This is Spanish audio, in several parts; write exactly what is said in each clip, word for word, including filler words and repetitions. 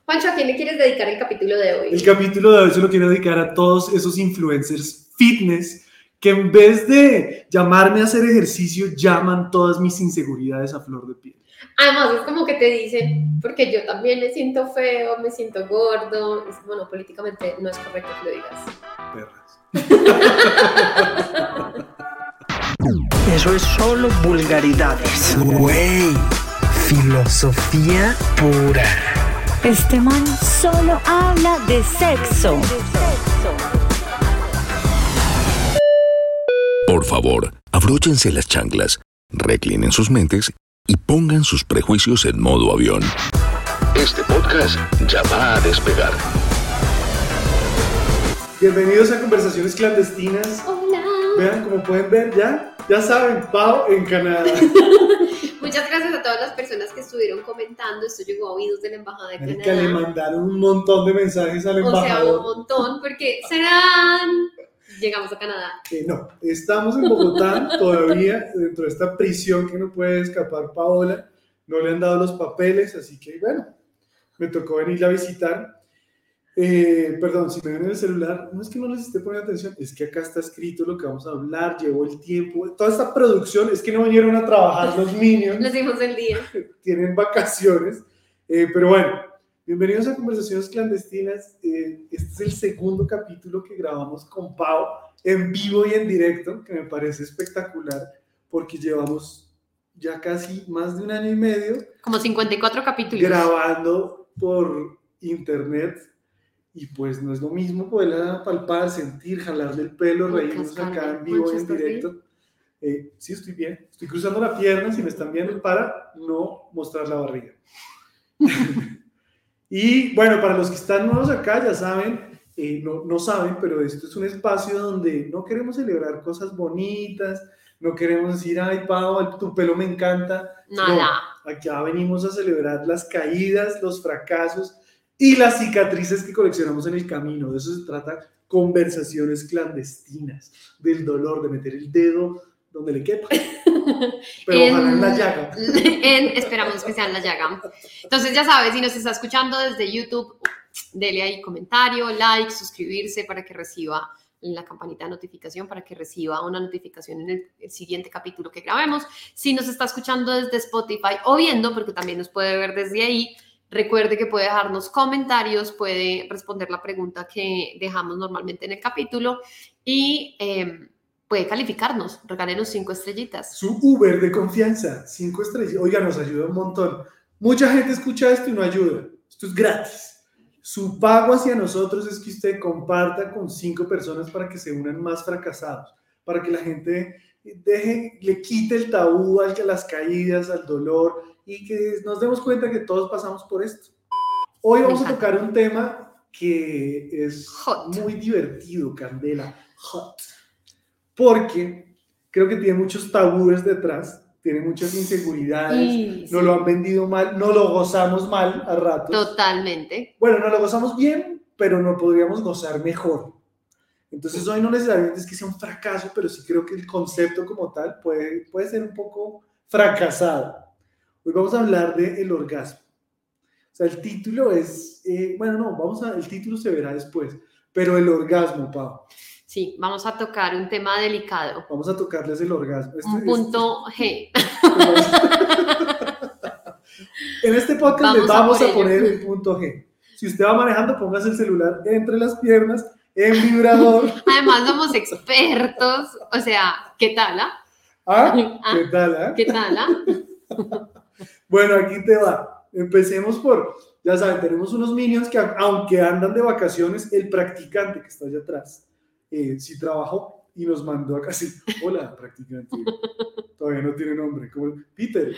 Juancho, ¿a quién le quieres dedicar el capítulo de hoy? El capítulo de hoy se lo quiero dedicar a todos esos influencers fitness que en vez de llamarme a hacer ejercicio, llaman todas mis inseguridades a flor de piel. Además, es como que te dicen, porque yo también me siento feo, me siento gordo. Es, bueno, políticamente no es correcto que lo digas. Perras. Eso es solo vulgaridades. Güey, filosofía pura. Este man solo habla de sexo. Por favor, abróchense las chanclas, reclinen sus mentes y pongan sus prejuicios en modo avión. Este podcast ya va a despegar. Bienvenidos a Conversaciones Clandestinas. Hola. Vean, como pueden ver ya, ya saben, Pau en Canadá. Muchas gracias a todas las personas que estuvieron comentando. Esto llegó a oídos de la Embajada de Marica, Canadá. le mandaron un montón de mensajes al O sea, embajador. un montón, porque serán... Llegamos a Canadá. Eh, no, estamos en Bogotá todavía, dentro de esta prisión que no puede escapar Paola. No le han dado los papeles, así que bueno, me tocó venirla a visitar. Eh, perdón, si me ven en el celular, no es que no les esté poniendo atención, es que acá está escrito lo que vamos a hablar, llevó el tiempo, toda esta producción, es que no vinieron a trabajar los Minions. Nos dimos el día. Tienen vacaciones, eh, pero bueno, bienvenidos a Conversaciones Clandestinas. Eh, este es el segundo capítulo que grabamos con Pau en vivo y en directo, que me parece espectacular, porque llevamos ya casi más de un año y medio Como cincuenta y cuatro capítulos. grabando por internet. Y pues no es lo mismo poderla palpar, sentir, jalarle el pelo, reírnos acá en vivo y en directo. Eh, sí, estoy bien. Estoy cruzando la pierna, si me están viendo, para no mostrar la barriga. Y bueno, para los que están nuevos acá, ya saben, eh, no, no saben, pero esto es un espacio donde no queremos celebrar cosas bonitas, no queremos decir, ay, Pau, tu pelo me encanta. Nada. No, acá venimos a celebrar las caídas, los fracasos y las cicatrices que coleccionamos en el camino. De eso se trata Conversaciones Clandestinas, del dolor, de meter el dedo donde le quepa, pero en, ojalá en la llaga. En, esperamos que sea en la llaga. Entonces ya sabes, si nos está escuchando desde YouTube, dele ahí comentario, like, suscribirse para que reciba la campanita de notificación, para que reciba una notificación en el, el siguiente capítulo que grabemos. Si nos está escuchando desde Spotify o viendo, porque también nos puede ver desde ahí, recuerde que puede dejarnos comentarios, puede responder la pregunta que dejamos normalmente en el capítulo y eh, puede calificarnos, regálenos cinco estrellitas. Su Uber de confianza, cinco estrellas. Oiga, nos ayuda un montón. Mucha gente escucha esto y no ayuda. Esto es gratis. Su pago hacia nosotros es que usted comparta con cinco personas para que se unan más fracasados, para que la gente deje, le quite el tabú a las caídas, al dolor, y que nos demos cuenta que todos pasamos por esto. Hoy vamos a tocar un tema que es Hot. Muy divertido, Candela. Hot. Porque creo que tiene muchos tabúes detrás, tiene muchas inseguridades, Sí, sí. nos lo han vendido mal, no lo gozamos mal a ratos. Totalmente. Bueno, no lo gozamos bien, pero no podríamos gozar mejor. Entonces hoy no necesariamente es que sea un fracaso, pero sí creo que el concepto como tal puede, puede ser un poco fracasado. Hoy vamos a hablar del orgasmo. O sea, el título es, eh, bueno, no, vamos a, el título se verá después, pero el orgasmo, Pau. Sí, vamos a tocar un tema delicado. Vamos a tocarles el orgasmo. Este, Un punto G. En este podcast Vamos les vamos a a, por poner ello. el punto G. Si usted va manejando, póngase el celular entre las piernas, en vibrador. Además somos expertos. O sea, ¿qué tal? Ah? ¿Ah? Ah, ¿Qué tal? Ah? ¿Qué tal? Ah? Bueno, aquí te va. Empecemos por, ya saben, tenemos unos minions que aunque andan de vacaciones, el practicante que está allá atrás, eh, sí trabajó y nos mandó acá, sí, hola practicante, todavía no tiene nombre, como Peter.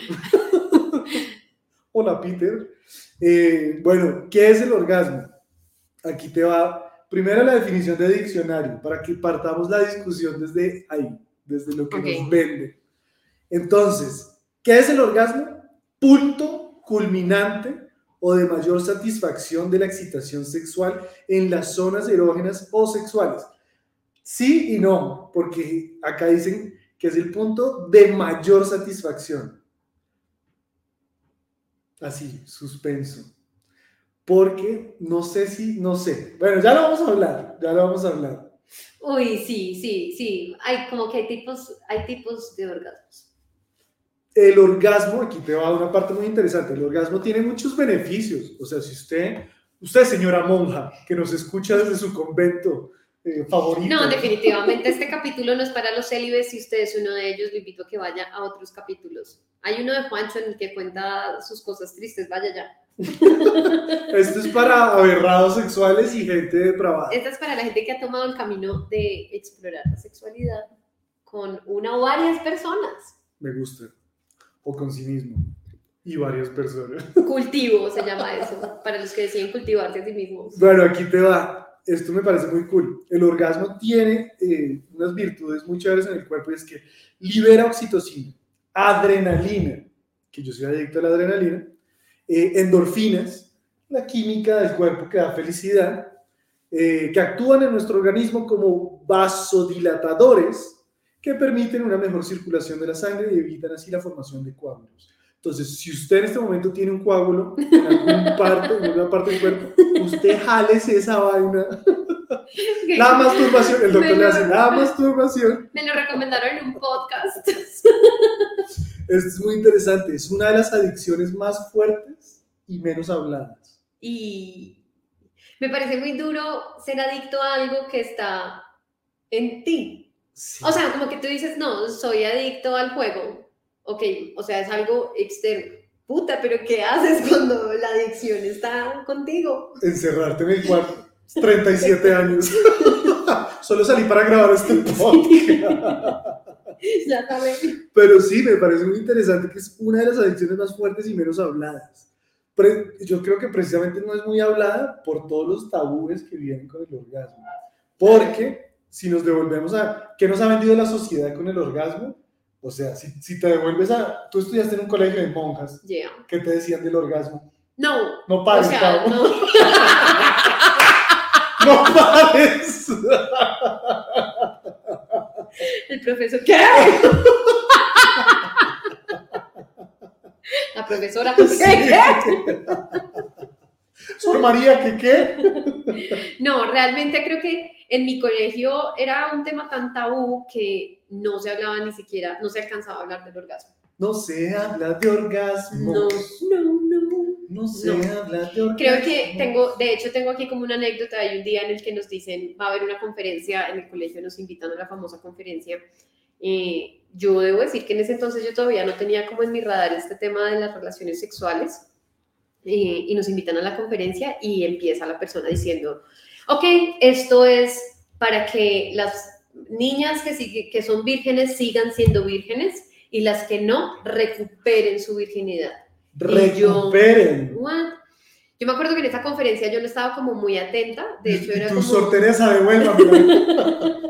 Hola Peter. Eh, bueno, ¿qué es el orgasmo? Aquí te va, primero la definición de diccionario, para que partamos la discusión desde ahí, desde lo que Okay. nos vende. Entonces, ¿qué es el orgasmo? Punto culminante o de mayor satisfacción de la excitación sexual en las zonas erógenas o sexuales. Sí y no, porque acá dicen que es el punto de mayor satisfacción. Así, suspenso. porque no sé si, no sé. Bueno, ya lo vamos a hablar, ya lo vamos a hablar. Uy, sí, sí, sí. Hay como que hay tipos, hay tipos de orgasmos. El orgasmo, aquí te va una parte muy interesante, el orgasmo tiene muchos beneficios. O sea, si usted, usted señora monja, que nos escucha desde su convento eh, favorito. No, definitivamente este capítulo no es para los célibes. Si usted es uno de ellos, le invito a que vaya a otros capítulos. Hay uno de Juancho en el que cuenta sus cosas tristes, vaya ya. Esto es para aberrados sexuales y gente depravada. Esta es para la gente que ha tomado el camino de explorar la sexualidad con una o varias personas. Me gusta. O con sí mismo. Y varias personas. Cultivo se llama eso, para los que deciden cultivarse a sí mismos. Bueno, aquí te va. Esto me parece muy cool. El orgasmo tiene eh, unas virtudes muy chéveres en el cuerpo y es que libera oxitocina, adrenalina, que yo soy adicto a la adrenalina, eh, endorfinas, la química del cuerpo que da felicidad, eh, que actúan en nuestro organismo como vasodilatadores que permiten una mejor circulación de la sangre y evitan así la formación de coágulos. Entonces, si usted en este momento tiene un coágulo en alguna parte, en alguna parte del cuerpo, usted jálese esa vaina. La masturbación, el doctor le hace la masturbación. Me lo recomendaron en un podcast. Esto es muy interesante, es una de las adicciones más fuertes y menos habladas. Y me parece muy duro ser adicto a algo que está en ti. Sí. O sea, como que tú dices, no, soy adicto al juego. Ok, o sea, es algo externo. Puta, pero ¿qué haces cuando la adicción está contigo? Encerrarte en el cuarto. treinta y siete años. Solo salí para grabar este podcast. Ya sabes. Pero sí, me parece muy interesante que es una de las adicciones más fuertes y menos habladas. Pero yo creo que precisamente no es muy hablada por todos los tabúes que vienen con el orgasmo. Porque si nos devolvemos a ¿qué nos ha vendido la sociedad con el orgasmo? O sea, si, si te devuelves a... Tú estudiaste en un colegio de monjas. Yeah. ¿Qué te decían del orgasmo? No. No pares, o sea, Pablo. no. ¡No pares! El profesor, ¿qué? La profesora, ¿qué? ¿Qué? Sor María, ¿qué qué? No, realmente creo que en mi colegio era un tema tan tabú que no se hablaba ni siquiera, no se alcanzaba a hablar del orgasmo. No se habla de orgasmo. No, no, no. No se no. habla de orgasmo. Creo que tengo, de hecho tengo aquí como una anécdota. Hay un día en el que nos dicen, va a haber una conferencia en el colegio, nos invitan a la famosa conferencia. Eh, yo debo decir que en ese entonces yo todavía no tenía como en mi radar este tema de las relaciones sexuales. Eh, y nos invitan a la conferencia y empieza la persona diciendo, ok, esto es para que las niñas que, sigue, que son vírgenes sigan siendo vírgenes y las que no recuperen su virginidad. Recuperen. Yo, ¿what? Yo me acuerdo que en esa conferencia yo no estaba como muy atenta, de hecho era tu como... Sor Teresa, devuélvame.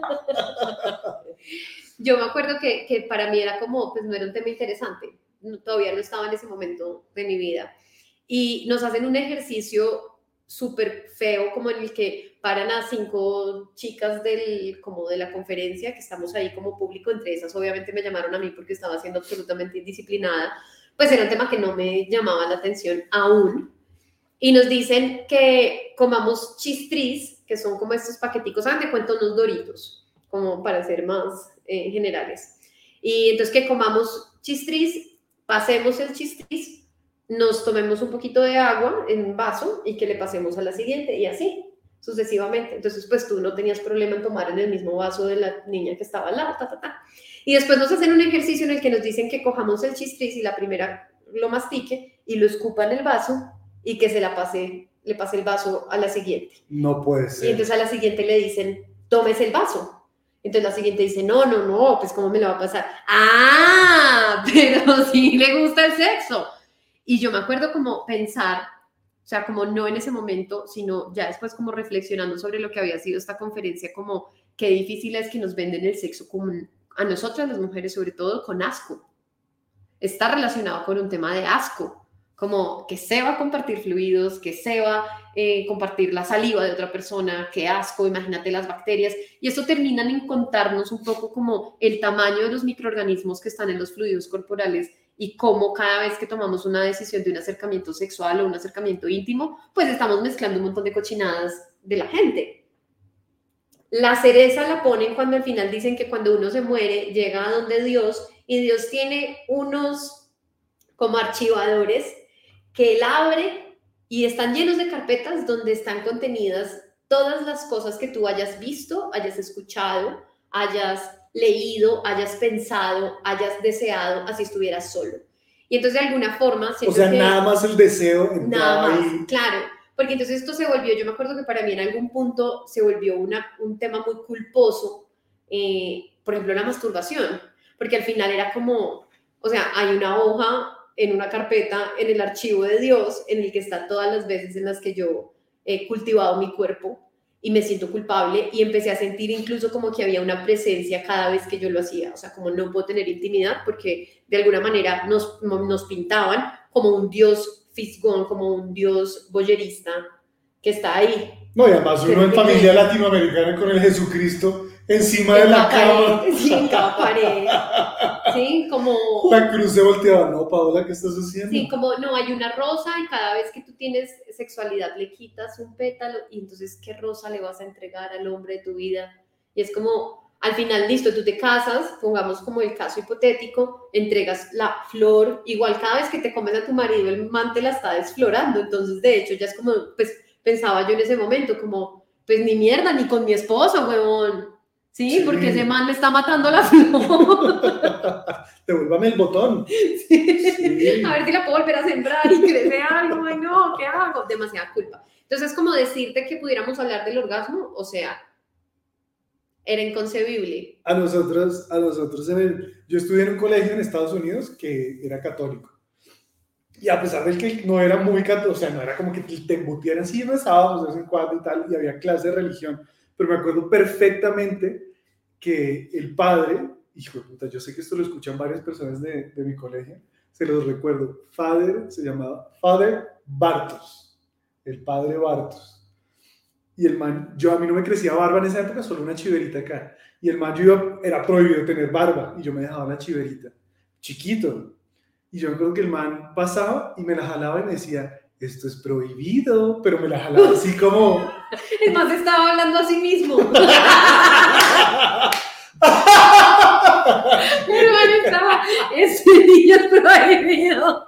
Yo me acuerdo que, que para mí era como, pues no era un tema interesante, no, todavía no estaba en ese momento de mi vida. Y nos hacen un ejercicio súper feo, como en el que paran a cinco chicas del, como de la conferencia, que estamos ahí como público, entre esas obviamente me llamaron a mí porque estaba siendo absolutamente indisciplinada, pues era un tema que no me llamaba la atención aún, y nos dicen que comamos chistris, que son como estos paqueticos, hagan de cuenta unos Doritos, como para ser más eh, generales, y entonces que comamos chistris, pasemos el chistris, nos tomemos un poquito de agua en un vaso y que le pasemos a la siguiente y así sucesivamente. Entonces, pues tú no tenías problema en tomar en el mismo vaso de la niña que estaba al lado, ta, ta, ta. Y después nos hacen un ejercicio en el que nos dicen que cojamos el chistris y la primera lo mastique y lo escupa en el vaso y que se la pase, le pase el vaso a la siguiente. No puede ser. Y entonces a la siguiente le dicen, tómese el vaso. Entonces la siguiente dice, no, no, no, pues ¿cómo me lo va a pasar? ¡Ah! Pero sí le gusta el sexo. Y yo me acuerdo como pensar, o sea, como no en ese momento, sino ya después como reflexionando sobre lo que había sido esta conferencia, como qué difícil es que nos venden el sexo como a nosotras las mujeres, sobre todo con asco. Está relacionado con un tema de asco, como que se va a compartir fluidos, que se va a eh, compartir la saliva de otra persona, qué asco, imagínate las bacterias, y eso terminan en contarnos un poco como el tamaño de los microorganismos que están en los fluidos corporales y cómo cada vez que tomamos una decisión de un acercamiento sexual o un acercamiento íntimo, pues estamos mezclando un montón de cochinadas de la gente. La cereza la ponen cuando al final dicen que cuando uno se muere llega a donde Dios y Dios tiene unos como archivadores que él abre y están llenos de carpetas donde están contenidas todas las cosas que tú hayas visto, hayas escuchado, hayas leído, hayas pensado, hayas deseado, así estuvieras solo. Y entonces de alguna forma... O sea, que, nada más el deseo. Nada más, ahí. claro. Porque entonces esto se volvió, yo me acuerdo que para mí en algún punto se volvió una, un tema muy culposo, eh, por ejemplo, la masturbación. Porque al final era como, o sea, hay una hoja en una carpeta en el archivo de Dios en el que están todas las veces en las que yo he cultivado mi cuerpo y me siento culpable y empecé a sentir incluso como que había una presencia cada vez que yo lo hacía, o sea, como no puedo tener intimidad porque de alguna manera nos, nos pintaban como un dios fisgón, como un dios boyerista que está ahí. No, y además uno en familia latinoamericana con el Jesucristo encima de la cama. Sí, en cada pared. Sí, como... La cruz se volteaba. No, Paola, ¿qué estás haciendo? Sí, como, no, hay una rosa y cada vez que tú tienes sexualidad le quitas un pétalo y entonces, ¿qué rosa le vas a entregar al hombre de tu vida? Y es como, al final, listo, tú te casas, pongamos como el caso hipotético, entregas la flor, igual cada vez que te comes a tu marido, el man te la está desflorando, entonces, de hecho, ya es como, pues, pensaba yo en ese momento, como, pues, ni mierda, ni con mi esposo, huevón. ¿Sí? Sí, porque ese man me está matando la flor. Devuélvame el botón. Sí. Sí. A ver si la puedo volver a sembrar y crece algo. Ay, no, ¿qué hago? Demasiada culpa. Entonces, como decirte que pudiéramos hablar del orgasmo, o sea, era inconcebible. A nosotros, a nosotros en el, yo estudié en un colegio en Estados Unidos que era católico. Y a pesar de que no era muy católico, o sea, no era como que te embutieran, sí rezábamos de vez en cuando y tal, y había clase de religión. Pero me acuerdo perfectamente que el padre, hijo de puta, yo sé que esto lo escuchan varias personas de, de mi colegio, se los recuerdo, Father, se llamaba Father Bartos, el padre Bartos. Y el man, yo a mí no me crecía barba en esa época, solo una chiverita acá. Y el man, yo iba, era prohibido tener barba, y yo me dejaba la chiverita, chiquito. Y yo me acuerdo que el man pasaba y me la jalaba y me decía, esto es prohibido, pero me la jalaba así como... El man se estaba hablando a sí mismo. El man estaba, este niño es prohibido.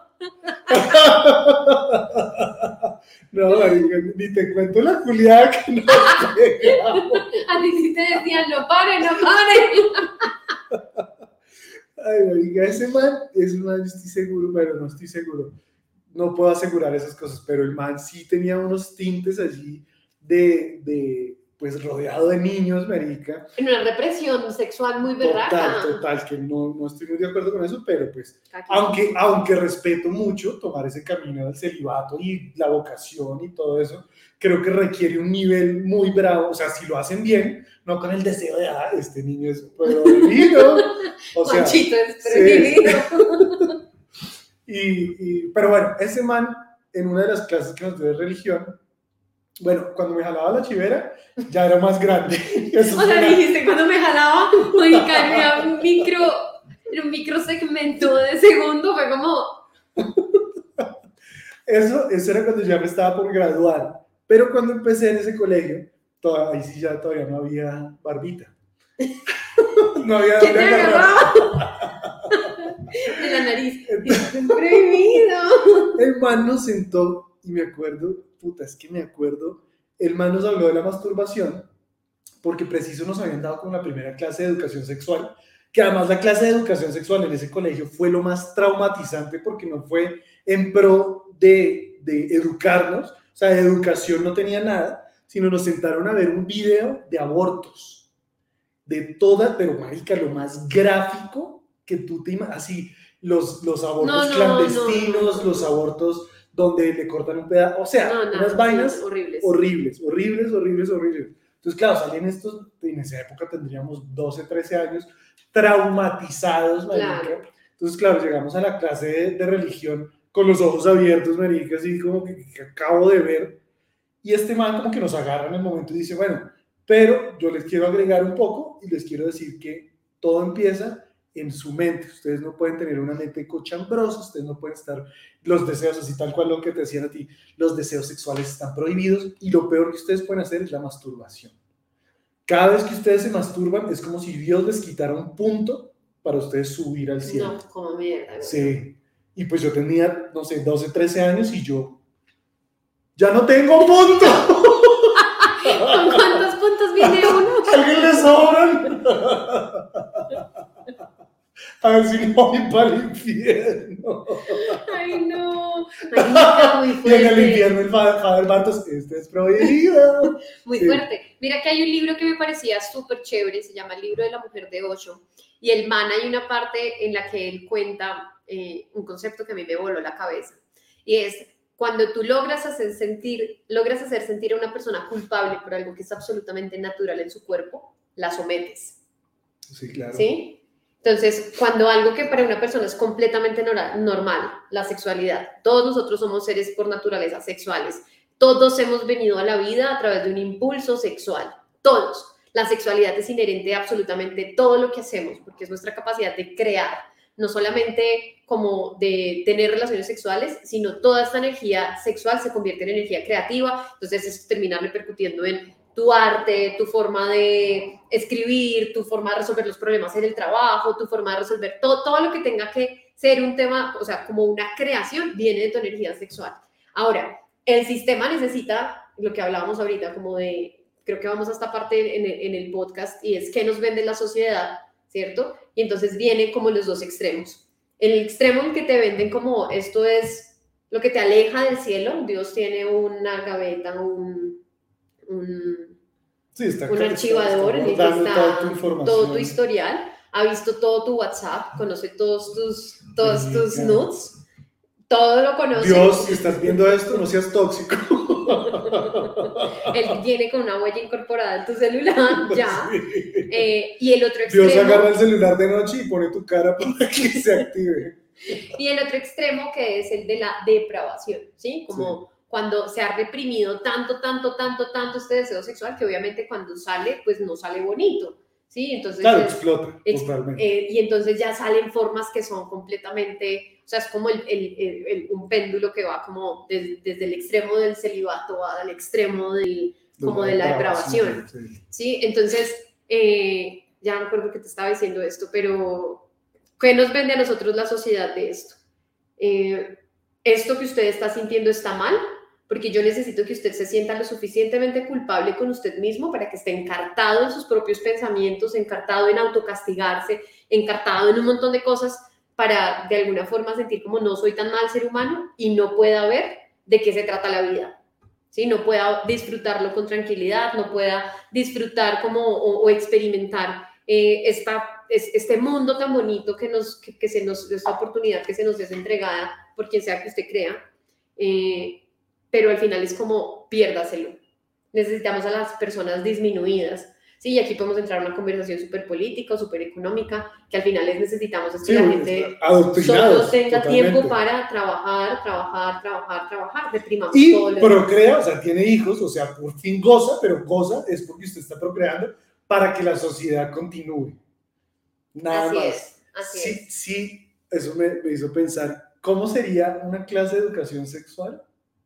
No, marica, ni te cuento la culiada que nos pegamos. A ti sí te decían, no pare, no pare. Ay, marica, ese man, ese man, yo estoy seguro, bueno, no estoy seguro. No puedo asegurar esas cosas, pero el man sí tenía unos tintes allí de, de pues rodeado de niños, marica. En una represión sexual muy berraca. Total, total, que no, no estoy muy de acuerdo con eso, pero pues, aunque, aunque respeto mucho tomar ese camino del celibato y la vocación y todo eso, creo que requiere un nivel muy bravo, o sea, si lo hacen bien, no con el deseo de, ah, este niño es prohibido. O sea, Juanchito es prohibido. Sí. Y, y, pero bueno, ese man, en una de las clases que nos dio de religión, bueno, cuando me jalaba la chivera, ya era más grande. Eso o sea, era... dijiste, cuando me jalaba, oiga, era un micro, era un micro segmento de segundo, fue como... Eso, eso era cuando ya me estaba por graduar. Pero cuando empecé en ese colegio, toda, ahí sí ya todavía no había barbita. No había ¿Quién te agarraba? De la nariz. Es prohibido. El man nos sentó y me acuerdo, puta, es que me acuerdo, el man nos habló de la masturbación porque preciso nos habían dado con la primera clase de educación sexual, que además la clase de educación sexual en ese colegio fue lo más traumatizante porque no fue en pro de, de educarnos, o sea, de educación no tenía nada, sino nos sentaron a ver un video de abortos, de toda, pero marica, lo más gráfico que tú te imaginas, así, los, los abortos no, no, clandestinos, no, no. los abortos donde le cortan un pedazo, o sea, no, no, unas vainas no, horribles. horribles, horribles, horribles, horribles. Entonces, claro, salían estos, en esa época tendríamos doce, trece años, traumatizados, marica. Claro. Entonces, claro, llegamos a la clase de, de religión con los ojos abiertos, marica, así como que, que acabo de ver, y este man como que nos agarra en el momento y dice, bueno, pero yo les quiero agregar un poco y les quiero decir que todo empieza en su mente. Ustedes no pueden tener una mente cochambrosa, ustedes no pueden estar, los deseos, así tal cual lo que te decían a ti, los deseos sexuales están prohibidos y lo peor que ustedes pueden hacer es la masturbación. Cada vez que ustedes se masturban es como si Dios les quitara un punto para ustedes subir al cielo. No, como mierda. ¿No? Sí, y pues yo tenía, no sé, doce, trece años y yo ya no tengo punto. ¿Con cuántos puntos viene uno? ¿A alguien le sobran? A ver si no voy para el infierno. Ay, no. Marica, muy Y en el fuerte. infierno el Father, Father Bartos, este es prohibido. Muy Sí. fuerte. Mira que hay un libro que me parecía súper chévere, se llama El libro de la mujer de Osho. Y el man hay una parte en la que él cuenta eh, un concepto que a mí me voló la cabeza. Y es cuando tú logras hacer sentir, logras hacer sentir a una persona culpable por algo que es absolutamente natural en su cuerpo, la sometes. Sí, claro. ¿Sí? Entonces, cuando algo que para una persona es completamente nora- normal, la sexualidad, todos nosotros somos seres por naturaleza sexuales, todos hemos venido a la vida a través de un impulso sexual, todos. La sexualidad es inherente a absolutamente todo lo que hacemos, porque es nuestra capacidad de crear, no solamente como de tener relaciones sexuales, sino toda esta energía sexual se convierte en energía creativa, entonces eso termina repercutiendo en tu arte, tu forma de escribir, tu forma de resolver los problemas en el trabajo, tu forma de resolver todo, todo lo que tenga que ser un tema, o sea, como una creación, viene de tu energía sexual. Ahora, el sistema necesita, lo que hablábamos ahorita, como de, creo que vamos a esta parte en el, en el podcast, y es qué nos vende la sociedad, ¿cierto? Y entonces vienen como los dos extremos. El extremo en que te venden como esto es lo que te aleja del cielo, Dios tiene una gaveta, un... un Sí, está, un está, archivador en el que guardando está toda tu información. todo tu historial, ha visto todo tu WhatsApp, conoce todos tus, todos Sí, tus claro. nudes, todo lo conoce. Dios, si estás viendo esto, no seas tóxico. Él viene con una huella incorporada en tu celular, ya. Sí. Eh, y el otro extremo, Dios agarra el celular de noche y pone tu cara para que se active. y el otro extremo que es el de la depravación, ¿sí? Como Sí. cuando se ha reprimido tanto, tanto, tanto, tanto este deseo sexual que obviamente cuando sale, pues no sale bonito, ¿sí? Entonces Claro, es- explota Ex- totalmente. eh, y entonces ya salen formas que son completamente, o sea, es como el, el, el, el- un péndulo que va como des, desde el extremo del celibato al extremo del, como de la depravación, Sí. ¿sí? Entonces, eh, ya no recuerdo que te estaba diciendo esto, pero ¿qué nos vende a nosotros la sociedad de esto? Eh, ¿esto que usted está sintiendo está mal? Porque yo necesito que usted se sienta lo suficientemente culpable con usted mismo para que esté encartado en sus propios pensamientos, encartado en autocastigarse, encartado en un montón de cosas para de alguna forma sentir como no soy tan mal ser humano y no pueda ver de qué se trata la vida, ¿sí? No pueda disfrutarlo con tranquilidad, no pueda disfrutar como o, o experimentar eh, esta, es, este mundo tan bonito que, nos, que, que se nos, esta oportunidad que se nos es entregada por quien sea que usted crea. Eh, pero al final es como piérdaselo. Necesitamos a las personas disminuidas, ¿sí? Y aquí podemos entrar a una conversación súper política o súper económica, que al final es necesitamos es que Sí, la bueno, gente adoctrinados, solo tenga totalmente. tiempo para trabajar, trabajar, trabajar, trabajar, reprimamos Y todo lo demás. procrea, o sea, tiene hijos, o sea, por fin goza, pero goza es porque usted está procreando para que la sociedad continúe. Nada Así más. es, así sí, es. sí, eso me, me hizo pensar, ¿cómo sería una clase de educación sexual?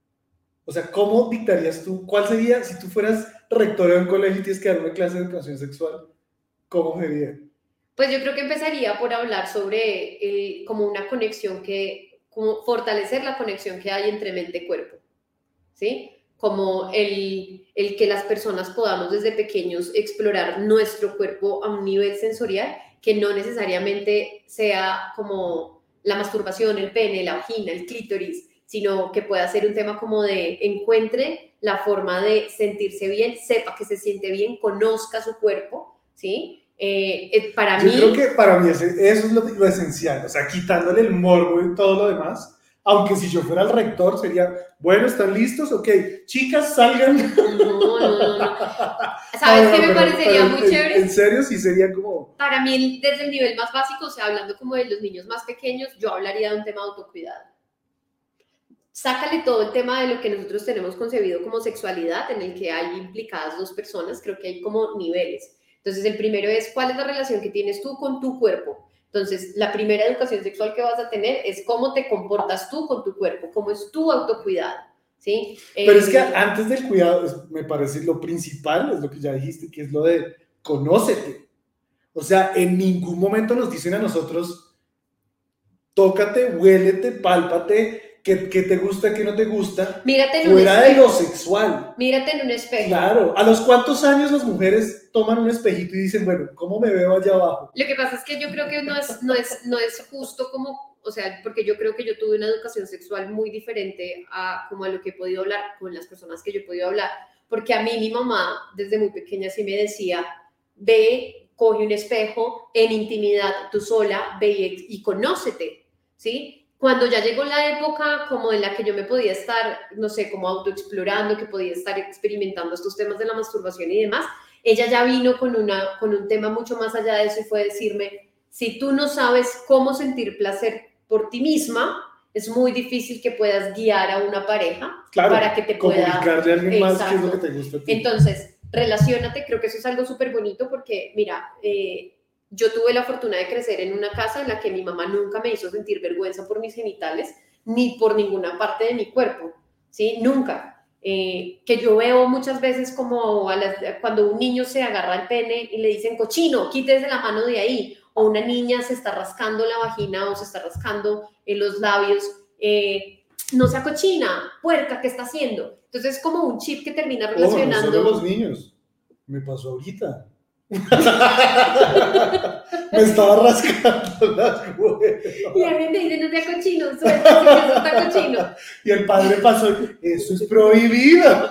O sea, ¿cómo dictarías tú? ¿Cuál sería, si tú fueras rectora de un colegio y tienes que dar una clase de educación sexual, cómo sería? Pues yo creo que empezaría por hablar sobre el, como una conexión que, como fortalecer la conexión que hay entre mente y cuerpo, ¿sí? Como el, el que las personas podamos desde pequeños explorar nuestro cuerpo a un nivel sensorial que no necesariamente sea como la masturbación, el pene, la vagina, el clítoris, sino que pueda ser un tema como de encuentre la forma de sentirse bien, sepa que se siente bien, conozca su cuerpo, ¿sí? Eh, eh, para Yo mí... creo que para mí ese- eso es lo, lo esencial, o sea, quitándole el morbo y todo lo demás, aunque si yo fuera el rector sería, bueno, ¿están listos? Ok, chicas, salgan. No, no, no, no. ¿Sabes Ah, qué no, me pero- parecería pero muy en- chévere? En serio, sí sería como... Para mí, desde el nivel más básico, o sea, hablando como de los niños más pequeños, yo hablaría de un tema de autocuidado. Sácale todo el tema de lo que nosotros tenemos concebido como sexualidad, en el que hay implicadas dos personas, creo que hay como niveles. Entonces, el primero es, ¿cuál es la relación que tienes tú con tu cuerpo? Entonces, la primera educación sexual que vas a tener es cómo te comportas tú con tu cuerpo, cómo es tu autocuidado, ¿sí? Pero eh, es que antes del cuidado, es, me parece lo principal, es lo que ya dijiste, que es lo de conócete. O sea, en ningún momento nos dicen a nosotros, tócate, huélete, pálpate, qué, qué te gusta, qué no te gusta, mírate en fuera un de lo espejo, sexual. Mírate en un espejo. Claro, ¿a los cuántos años las mujeres toman un espejito y dicen, bueno, ¿cómo me veo allá abajo? Lo que pasa es que yo creo que no es, no es, no es justo como, o sea, porque yo creo que yo tuve una educación sexual muy diferente a como a lo que he podido hablar con las personas que yo he podido hablar, porque a mí mi mamá desde muy pequeña sí me decía, ve, coge un espejo en intimidad tú sola, ve y, y conócete, ¿sí? Cuando ya llegó la época como en la que yo me podía estar, no sé, como autoexplorando, que podía estar experimentando estos temas de la masturbación y demás, ella ya vino con, una, con un tema mucho más allá de eso y fue decirme, si tú no sabes cómo sentir placer por ti misma, es muy difícil que puedas guiar a una pareja Claro, para que te pueda... comunicarle a alguien más Exacto. qué es lo que te gusta a ti. Entonces, relaciónate, creo que eso es algo súper bonito porque, mira, eh, yo tuve la fortuna de crecer en una casa en la que mi mamá nunca me hizo sentir vergüenza por mis genitales ni por ninguna parte de mi cuerpo, ¿sí? Nunca. Eh, que yo veo muchas veces como a las, cuando un niño se agarra el pene y le dicen cochino, quítese la mano de ahí, o una niña se está rascando la vagina o se está rascando en los labios, eh, no sea cochina, puerca, ¿qué está haciendo? Entonces es como un chip que termina relacionando. Oh, no solo los niños, me pasó ahorita. Me estaba rascando las huevas. Y alguien me dice, no sea cochino, suelta, si eso está cochino. Y el padre pasó, eso es prohibido.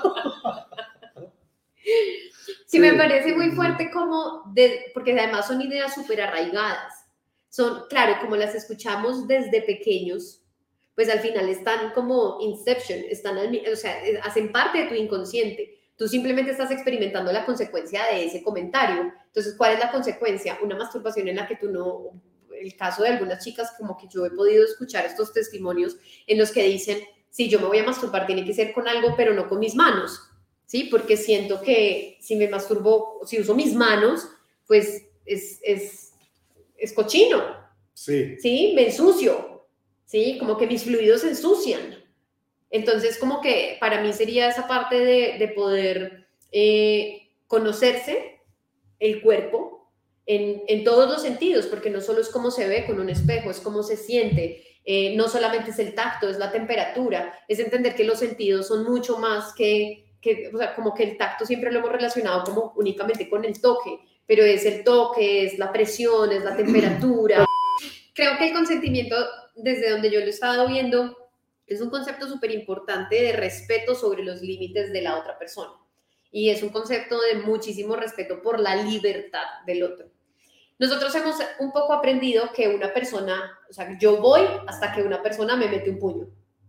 Sí, me parece muy fuerte como, de, porque además son ideas súper arraigadas. Son, claro, como las escuchamos desde pequeños, pues al final están como Inception, están, o sea, hacen parte de tu inconsciente. Tú simplemente estás experimentando la consecuencia de ese comentario. Entonces, ¿cuál es la consecuencia? Una masturbación en la que tú no... El caso de algunas chicas, como que yo he podido escuchar estos testimonios en los que dicen, si yo me voy a masturbar, tiene que ser con algo, pero no con mis manos, ¿sí? Porque siento que si me masturbo, si uso mis manos, pues es, es, es cochino, Sí. ¿sí? Me ensucio, ¿sí? Como que mis fluidos se ensucian. Entonces, como que para mí sería esa parte de, de poder eh, conocerse el cuerpo en, en todos los sentidos, porque no solo es cómo se ve con un espejo, es cómo se siente, eh, no solamente es el tacto, es la temperatura, es entender que los sentidos son mucho más que, que, o sea, como que el tacto siempre lo hemos relacionado como únicamente con el toque, pero es el toque, es la presión, es la temperatura. Creo que el consentimiento, desde donde yo lo he estado viendo, es un concepto súper importante de respeto sobre los límites de la otra persona. Y es un concepto de muchísimo respeto por la libertad del otro. Nosotros hemos un poco aprendido que una persona, o sea, yo voy hasta que una persona me mete un puño.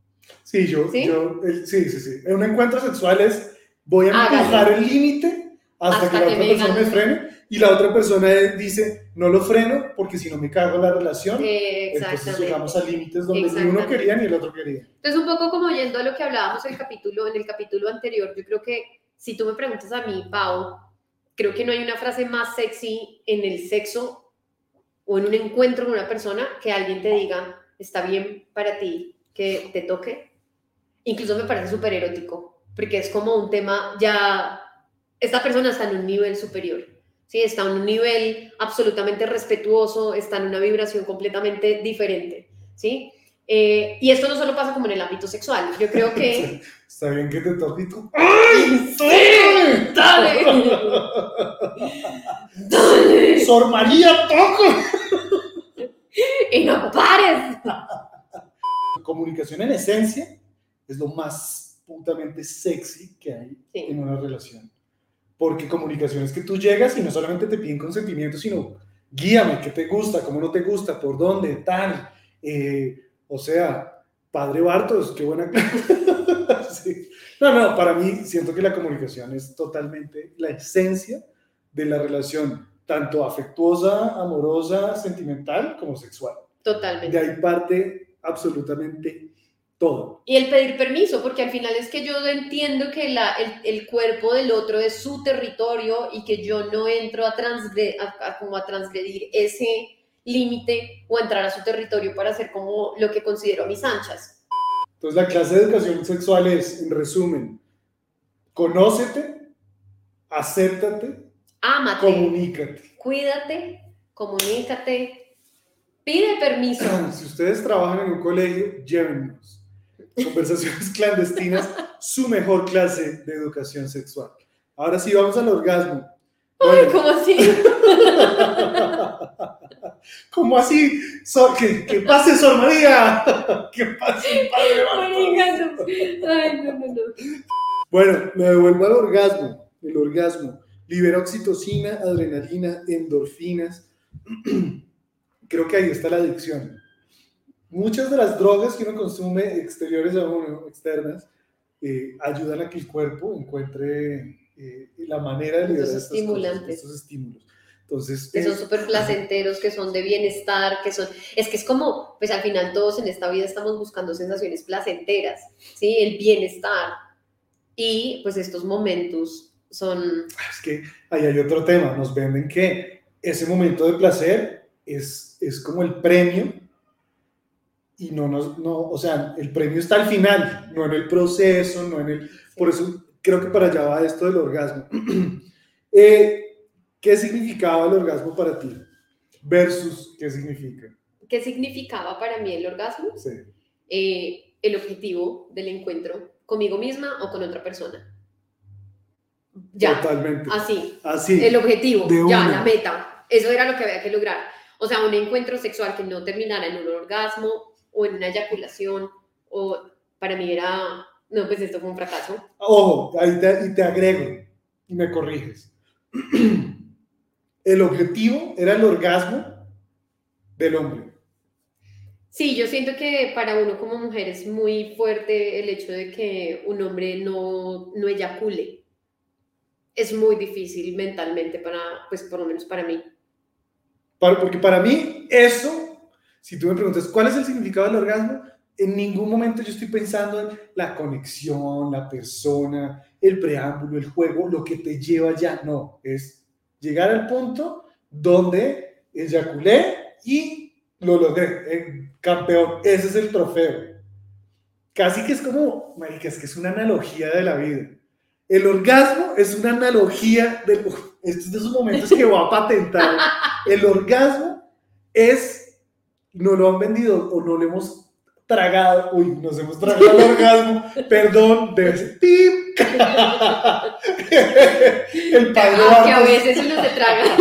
Sí, yo, ¿Sí? yo eh, sí, sí, sí. En un encuentro sexual es, voy a Hágalo. empujar el límite hasta, Hasta que la que otra me persona digan. me frene, y la otra persona dice, no lo freno porque si no me cago en la relación. Eh, Entonces exactamente. llegamos a límites donde ni uno Exactamente. quería ni el otro quería. Entonces, un poco como yendo a lo que hablábamos en el capítulo, en el capítulo anterior, yo creo que si tú me preguntas a mí, Pau, creo que no hay una frase más sexy en el sexo o en un encuentro con una persona que alguien te diga, está bien para ti que te toque. Incluso me parece súper erótico, porque es como un tema ya, esta persona está en un nivel superior, ¿sí? Está en un nivel absolutamente respetuoso, está en una vibración completamente diferente, ¿sí? Eh, y esto no solo pasa como en el ámbito sexual, yo creo que... Está bien que te toque y tú. ¡Sí! ¡Dale! ¡Dale! ¡Sor María, toco! ¡Y no pares! Comunicación en esencia es lo más putamente sexy que hay Sí. en una relación. Porque comunicación es que tú llegas y no solamente te piden consentimiento, sino guíame, qué te gusta, cómo no te gusta, por dónde, tal. Eh, o sea, padre Bartos, qué buena. Sí. No, no, para mí siento que la comunicación es totalmente la esencia de la relación, tanto afectuosa, amorosa, sentimental, como sexual. De Totalmente. ahí parte absolutamente todo. Y el pedir permiso, porque al final es que yo entiendo que la, el, el cuerpo del otro es su territorio y que yo no entro a, transgre, a, a, como a transgredir ese límite o entrar a su territorio para hacer como lo que considero a mis anchas. Entonces la clase de educación sexual es, en resumen, conócete, acéptate, Ámate, comunícate. cuídate, comunícate, pide permiso. Si ustedes trabajan en un colegio, llévennos. Conversaciones clandestinas, su mejor clase de educación sexual. Ahora sí, vamos al orgasmo. Bueno. Ay, ¿cómo así? ¿Cómo así? So, que, que pase Sor María. Que pase Padre Bartos. Ay, no, no, no. Bueno, me devuelvo al orgasmo. El orgasmo libera oxitocina, adrenalina, endorfinas. Creo que ahí está la adicción. Muchas de las drogas que uno consume exteriores a uno, externas, eh, ayudan a que el cuerpo encuentre eh, la manera de liberar estos estas estimulantes. cosas, estos estímulos. Entonces, que eh, son súper placenteros, que son de bienestar, que son... Es que es como, pues al final todos en esta vida estamos buscando sensaciones placenteras, ¿sí? El bienestar. Y pues estos momentos son... Es que ahí hay otro tema. Nos venden que ese momento de placer es, es como el premio y no nos... No, o sea, el premio está al final, no en el proceso, no en el... Por eso creo que para allá va esto del orgasmo. eh, ¿Qué significaba el orgasmo para ti? Versus, ¿qué significa? ¿Qué significaba para mí el orgasmo? Sí. Eh, el objetivo del encuentro conmigo misma o con otra persona. Ya. Totalmente. Así. Así. El objetivo, de ya, una. la meta. Eso era lo que había que lograr. O sea, un encuentro sexual que no terminara en un orgasmo o en una eyaculación, o para mí era, no, pues esto fue un fracaso. Ojo, ahí te, y te agrego y me corriges. El objetivo era el orgasmo del hombre. Sí, yo siento que para uno como mujer es muy fuerte el hecho de que un hombre no, no eyacule. Es muy difícil mentalmente para, pues por lo menos para mí. Para, porque para mí eso, si tú me preguntas cuál es el significado del orgasmo, en ningún momento yo estoy pensando en la conexión, la persona, el preámbulo, el juego, lo que te lleva allá. No, es llegar al punto donde eyaculé y lo logré. Eh, campeón, ese es el trofeo. Casi que es como, marica, es que es una analogía de la vida. El orgasmo es una analogía de estos de esos momentos que voy a patentar. El orgasmo es, no lo han vendido o no lo hemos tragado. Uy, nos hemos tragado el orgasmo. Perdón, debe ser ¡pip! El padre Ah, Bartos. que a veces uno se traga.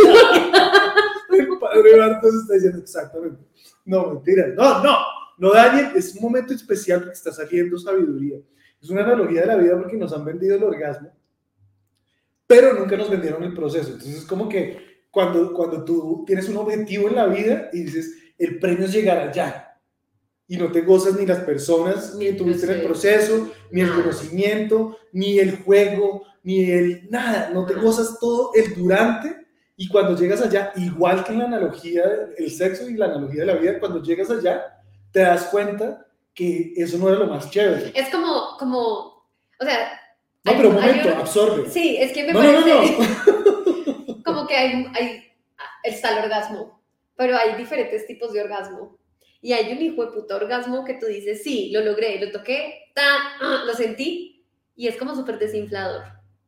El padre Bartos está diciendo exactamente. No, mentira. No, no. No, Daniel, es un momento especial porque está saliendo sabiduría. Es una analogía de la vida porque nos han vendido el orgasmo, pero nunca nos vendieron el proceso. Entonces es como que cuando, cuando tú tienes un objetivo en la vida y dices, el premio es llegar allá, y no te gozas ni las personas Ni que el tuviste en el proceso. proceso, ni el Nada. conocimiento, ni el juego, ni el nada. No te Nada. gozas todo el durante, y cuando llegas allá, igual que en la analogía, el sexo y la analogía de la vida, cuando llegas allá, te das cuenta que eso no era lo más chévere. Es como, como, o sea... No, hay- pero un hay momento, un- absorbe. Sí, es que me No, no, parece no, no. como que hay, hay, está el orgasmo, pero hay diferentes tipos de orgasmo. Y hay un hijo de puta orgasmo que tú dices, sí, lo logré, lo toqué, ta, ah, lo sentí, y es como súper desinflador.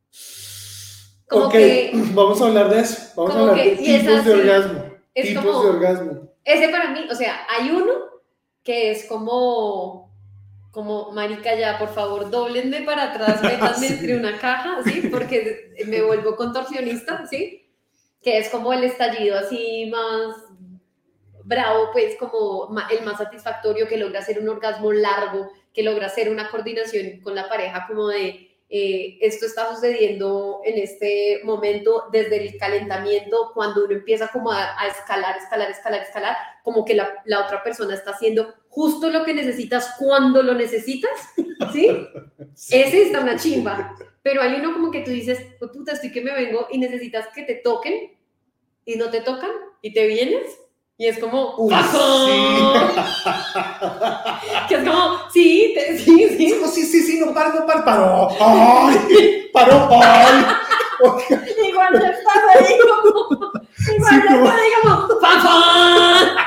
Como Ok, que vamos a hablar de eso. Vamos a como hablar que- de y es tipos de así, orgasmo. es Tipos como- de orgasmo. ese para mí, o sea, hay uno que es como, como, marica, ya, por favor, doblenme para atrás, métanme Sí. entre una caja, ¿sí? Porque me vuelvo contorsionista, ¿sí? Que es como el estallido así más bravo, pues como ma- el más satisfactorio, que logra hacer un orgasmo largo, que logra hacer una coordinación con la pareja como de eh, esto está sucediendo en este momento desde el calentamiento, cuando uno empieza como a, a escalar, escalar, escalar, escalar, como que la, la otra persona está haciendo justo lo que necesitas cuando lo necesitas, ¿sí? Sí. Ese está una chimba, pero hay uno como que tú dices, pues puta, estoy que me vengo y necesitas que te toquen y no te tocan y te vienes y es como, Uy, ¡pasó! Que es como, sí, te- sí, sí. Sí, sí, sí, sí, no para, no para, paró. ¡Ay! ¡Paró! ¡Ay! Igual te estás ahí como, igual Sí, te como- estás ahí como, ¡papá!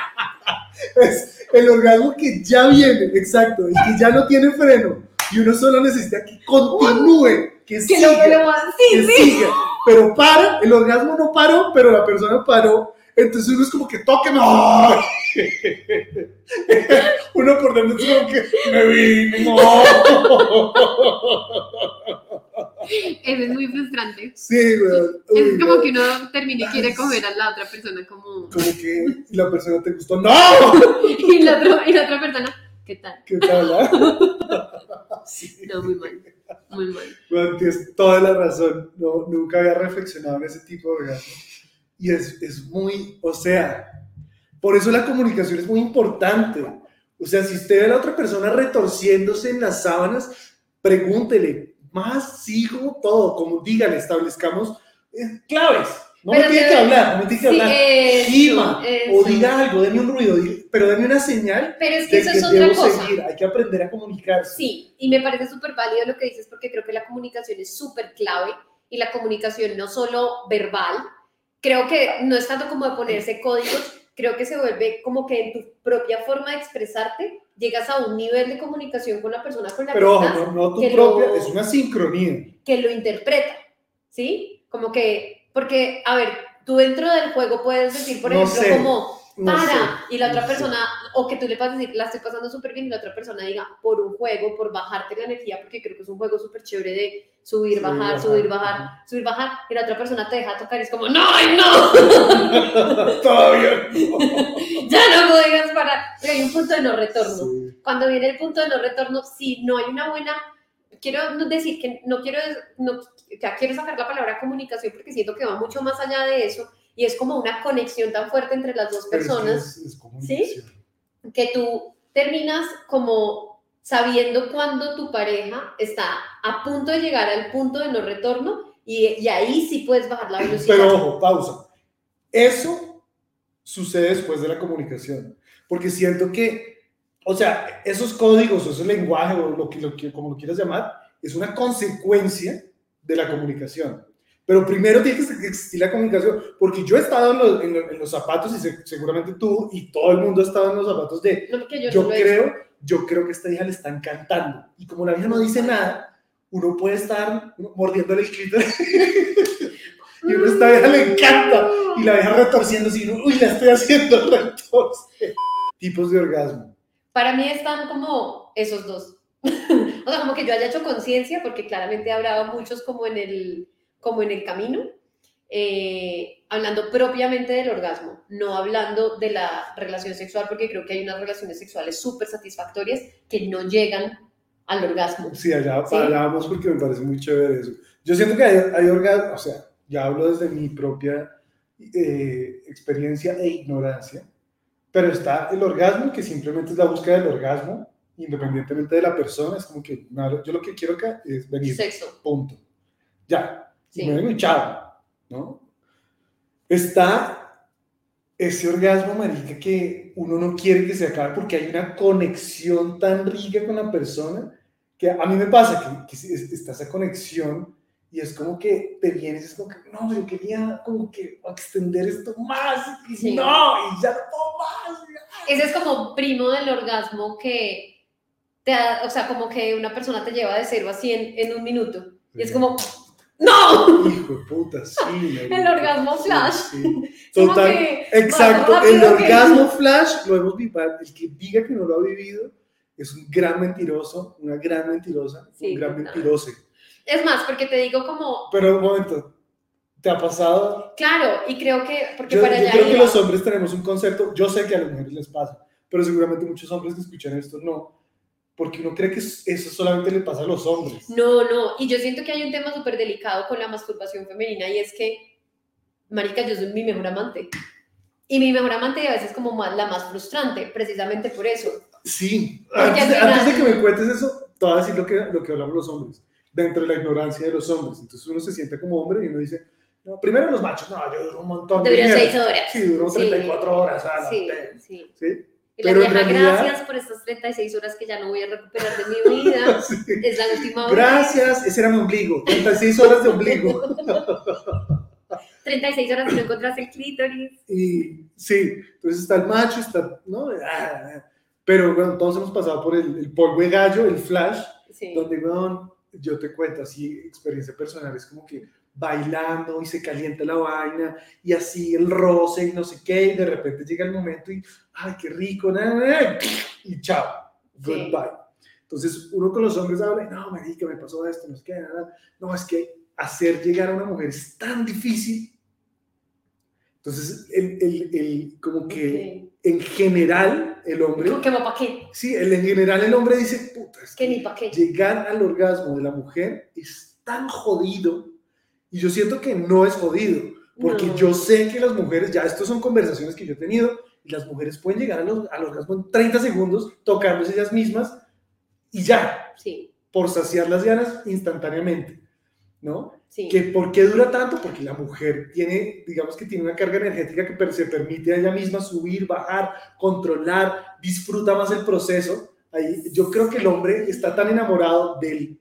Es el orgasmo que ya viene, exacto, el que ya no tiene freno. Y uno solo necesita que continúe, que, Que siga, lo, lo, sí, que sí. siga. Pero para, el orgasmo no paró, pero la persona paró. Entonces uno es como que tóqueme. ¡Oh! Uno por dentro es como que me vine. ¡No! Eso es muy frustrante. Sí, weón. Uy, Es como no. que uno termina y quiere comer a la otra persona como... Como que la persona te gustó. ¡No! Y la, otro, y la otra persona, ¿qué tal? ¿Qué tal? Ah? Sí. No, muy mal, muy mal. Bueno, tienes toda la razón. No, nunca había reflexionado en ese tipo de orgasmo. Y es, es muy, o sea, por eso la comunicación es muy importante. O sea, si usted ve a la otra persona retorciéndose en las sábanas, pregúntele, más sigo todo, como dígale, establezcamos eh, claves. No Pero me tiene te- que hablar, no me tiene que sí, hablar. eso, Gima, eso. o diga algo, deme un ruido, diga- pero deme una señal Pero es que de eso que es otra debo cosa. seguir. Hay que aprender a comunicarse. Sí, y me parece súper válido lo que dices porque creo que la comunicación es súper clave y la comunicación no solo verbal, creo que no es tanto como de ponerse códigos, creo que se vuelve como que en tu propia forma de expresarte llegas a un nivel de comunicación con la persona con la Pero que ojo, estás no, no tu que propia, lo- es una sincronía. que lo interpreta, ¿sí? Como que, porque, a ver, tú dentro del juego puedes decir, por No ejemplo, sé, como, no para, sé, y la otra no sé. persona, o que tú le puedas decir, la estoy pasando súper bien, y la otra persona diga, por un juego, por bajarte la energía, porque creo que es un juego súper chévere de subir, Subir, bajar, bajar, subir, bajar, ajá. subir, bajar, y la otra persona te deja tocar y es como, ¡no, ay, no! Todavía no. Ya no podías parar. Pero hay un punto de no retorno. Sí. Cuando viene el punto de no retorno, si no hay una buena, quiero no decir que no quiero, no, ya quiero sacar la palabra comunicación porque siento que va mucho más allá de eso y es como una conexión tan fuerte entre las dos Pero es que personas es- es comunicación. que tú terminas como sabiendo cuando tu pareja está a punto de llegar al punto de no retorno y, y ahí sí puedes bajar la velocidad. Pero ojo, pausa. Eso sucede después de la comunicación. Porque siento que, o sea, esos códigos, o ese lenguaje, o lo que, lo que, como lo quieras llamar, es una consecuencia de la comunicación. Pero primero tiene que existir la comunicación, porque yo he estado en los, en los, en los zapatos, y se, seguramente tú y todo el mundo ha estado en los zapatos de, No, porque yo, yo no lo he creo, hecho. yo creo que a esta hija le está encantando. Y como la hija no dice nada, uno puede estar mordiéndole el clítoris. Y uno a esta vieja le encanta. Y la vieja retorciendo así, uy, la estoy haciendo retorcer. Tipos de orgasmo. Para mí están como esos dos. O sea, como que yo haya hecho conciencia, porque claramente habrá muchos como en el, como en el camino, eh, hablando propiamente del orgasmo, no hablando de la relación sexual, porque creo que hay unas relaciones sexuales súper satisfactorias que no llegan al orgasmo. Sí, allá, ¿Sí? allá vamos porque me parece muy chévere eso. Yo siento que hay, hay orgasmo, o sea, ya hablo desde mi propia eh, experiencia e ignorancia, pero está el orgasmo, que simplemente es la búsqueda del orgasmo, independientemente de la persona. Es como que, nada, yo lo que quiero acá es venir, Sexo. punto. Ya, Sí. y me vengo y chao, ¿no? Está ese orgasmo, marica, que uno no quiere que se acabe porque hay una conexión tan rica con la persona, que a mí me pasa que, que está esa conexión y es como que te vienes, es como que, no, yo quería como que extender esto más, y Sí. no, y ya no puedo más. Ese es como primo del orgasmo que te da, o sea, como que una persona te lleva de cero a cien en un minuto. Y es Sí. como, ¡no! Hijo de puta, sí. El orgasmo flash. Sí, sí. Como Total, que exacto, más el rápido que- orgasmo flash lo hemos vivido. El que diga que no lo ha vivido es un gran mentiroso, una gran mentirosa, Sí, un gran total. mentiroso. Es más, porque te digo como, Pero un momento, ¿te ha pasado? claro, y creo que, porque Yo, para yo allá creo que iba. los hombres tenemos un concepto, yo sé que a las mujeres les pasa, pero seguramente muchos hombres que escuchan esto no, porque uno cree que eso solamente le pasa a los hombres. No, no, y yo siento que hay un tema súper delicado con la masturbación femenina y es que, marica, yo soy mi mejor amante. Y mi mejor amante y a veces como más, la más frustrante, precisamente por eso. Sí, Porque antes, al de- final- antes de que me cuentes eso, te voy a decir lo que, lo que hablamos los hombres, dentro de la ignorancia de los hombres. Entonces uno se siente como hombre y uno dice, no, primero los machos, no, yo duro un montón de Duró mierda. seis horas. Sí, duró Sí. treinta y cuatro horas. A la Sí, pe- sí. ¿sí? Y la Pero en vieja, realidad- gracias por estas treinta y seis horas que ya no voy a recuperar de mi vida. Sí. Es la última hora. Gracias, ese era mi ombligo, treinta y seis horas de ombligo. treinta y seis horas y no encontraste el clítoris. Y sí, entonces está el macho, está, ¿no? Ah, pero bueno, todos hemos pasado por el, el polvo de gallo, el flash, sí. donde, bueno, yo te cuento así, experiencia personal, es como que bailando y se calienta la vaina y así el roce y no sé qué, y de repente llega el momento y, ay, qué rico, nah, nah, y chao, goodbye. Sí. Entonces uno con los hombres habla, no, marica, me pasó esto, no es que nada, no, es que hacer llegar a una mujer es tan difícil. Entonces, el, el, el, como que okay. en general el hombre... ¿Qué va para qué? Sí, el, en general el hombre dice, puta, es que ni pa' qué. Llegar al orgasmo de la mujer es tan jodido, y yo siento que no es jodido, porque no. yo sé que las mujeres, ya estas son conversaciones que yo he tenido, y las mujeres pueden llegar al, al orgasmo en treinta segundos, tocándose ellas mismas, y ya, sí. por saciar las ganas instantáneamente, ¿no? Sí. ¿Que ¿Por qué dura tanto? Porque la mujer tiene, digamos que tiene una carga energética que se permite a ella misma subir, bajar, controlar, disfruta más el proceso. Ahí, yo creo que el hombre está tan enamorado del,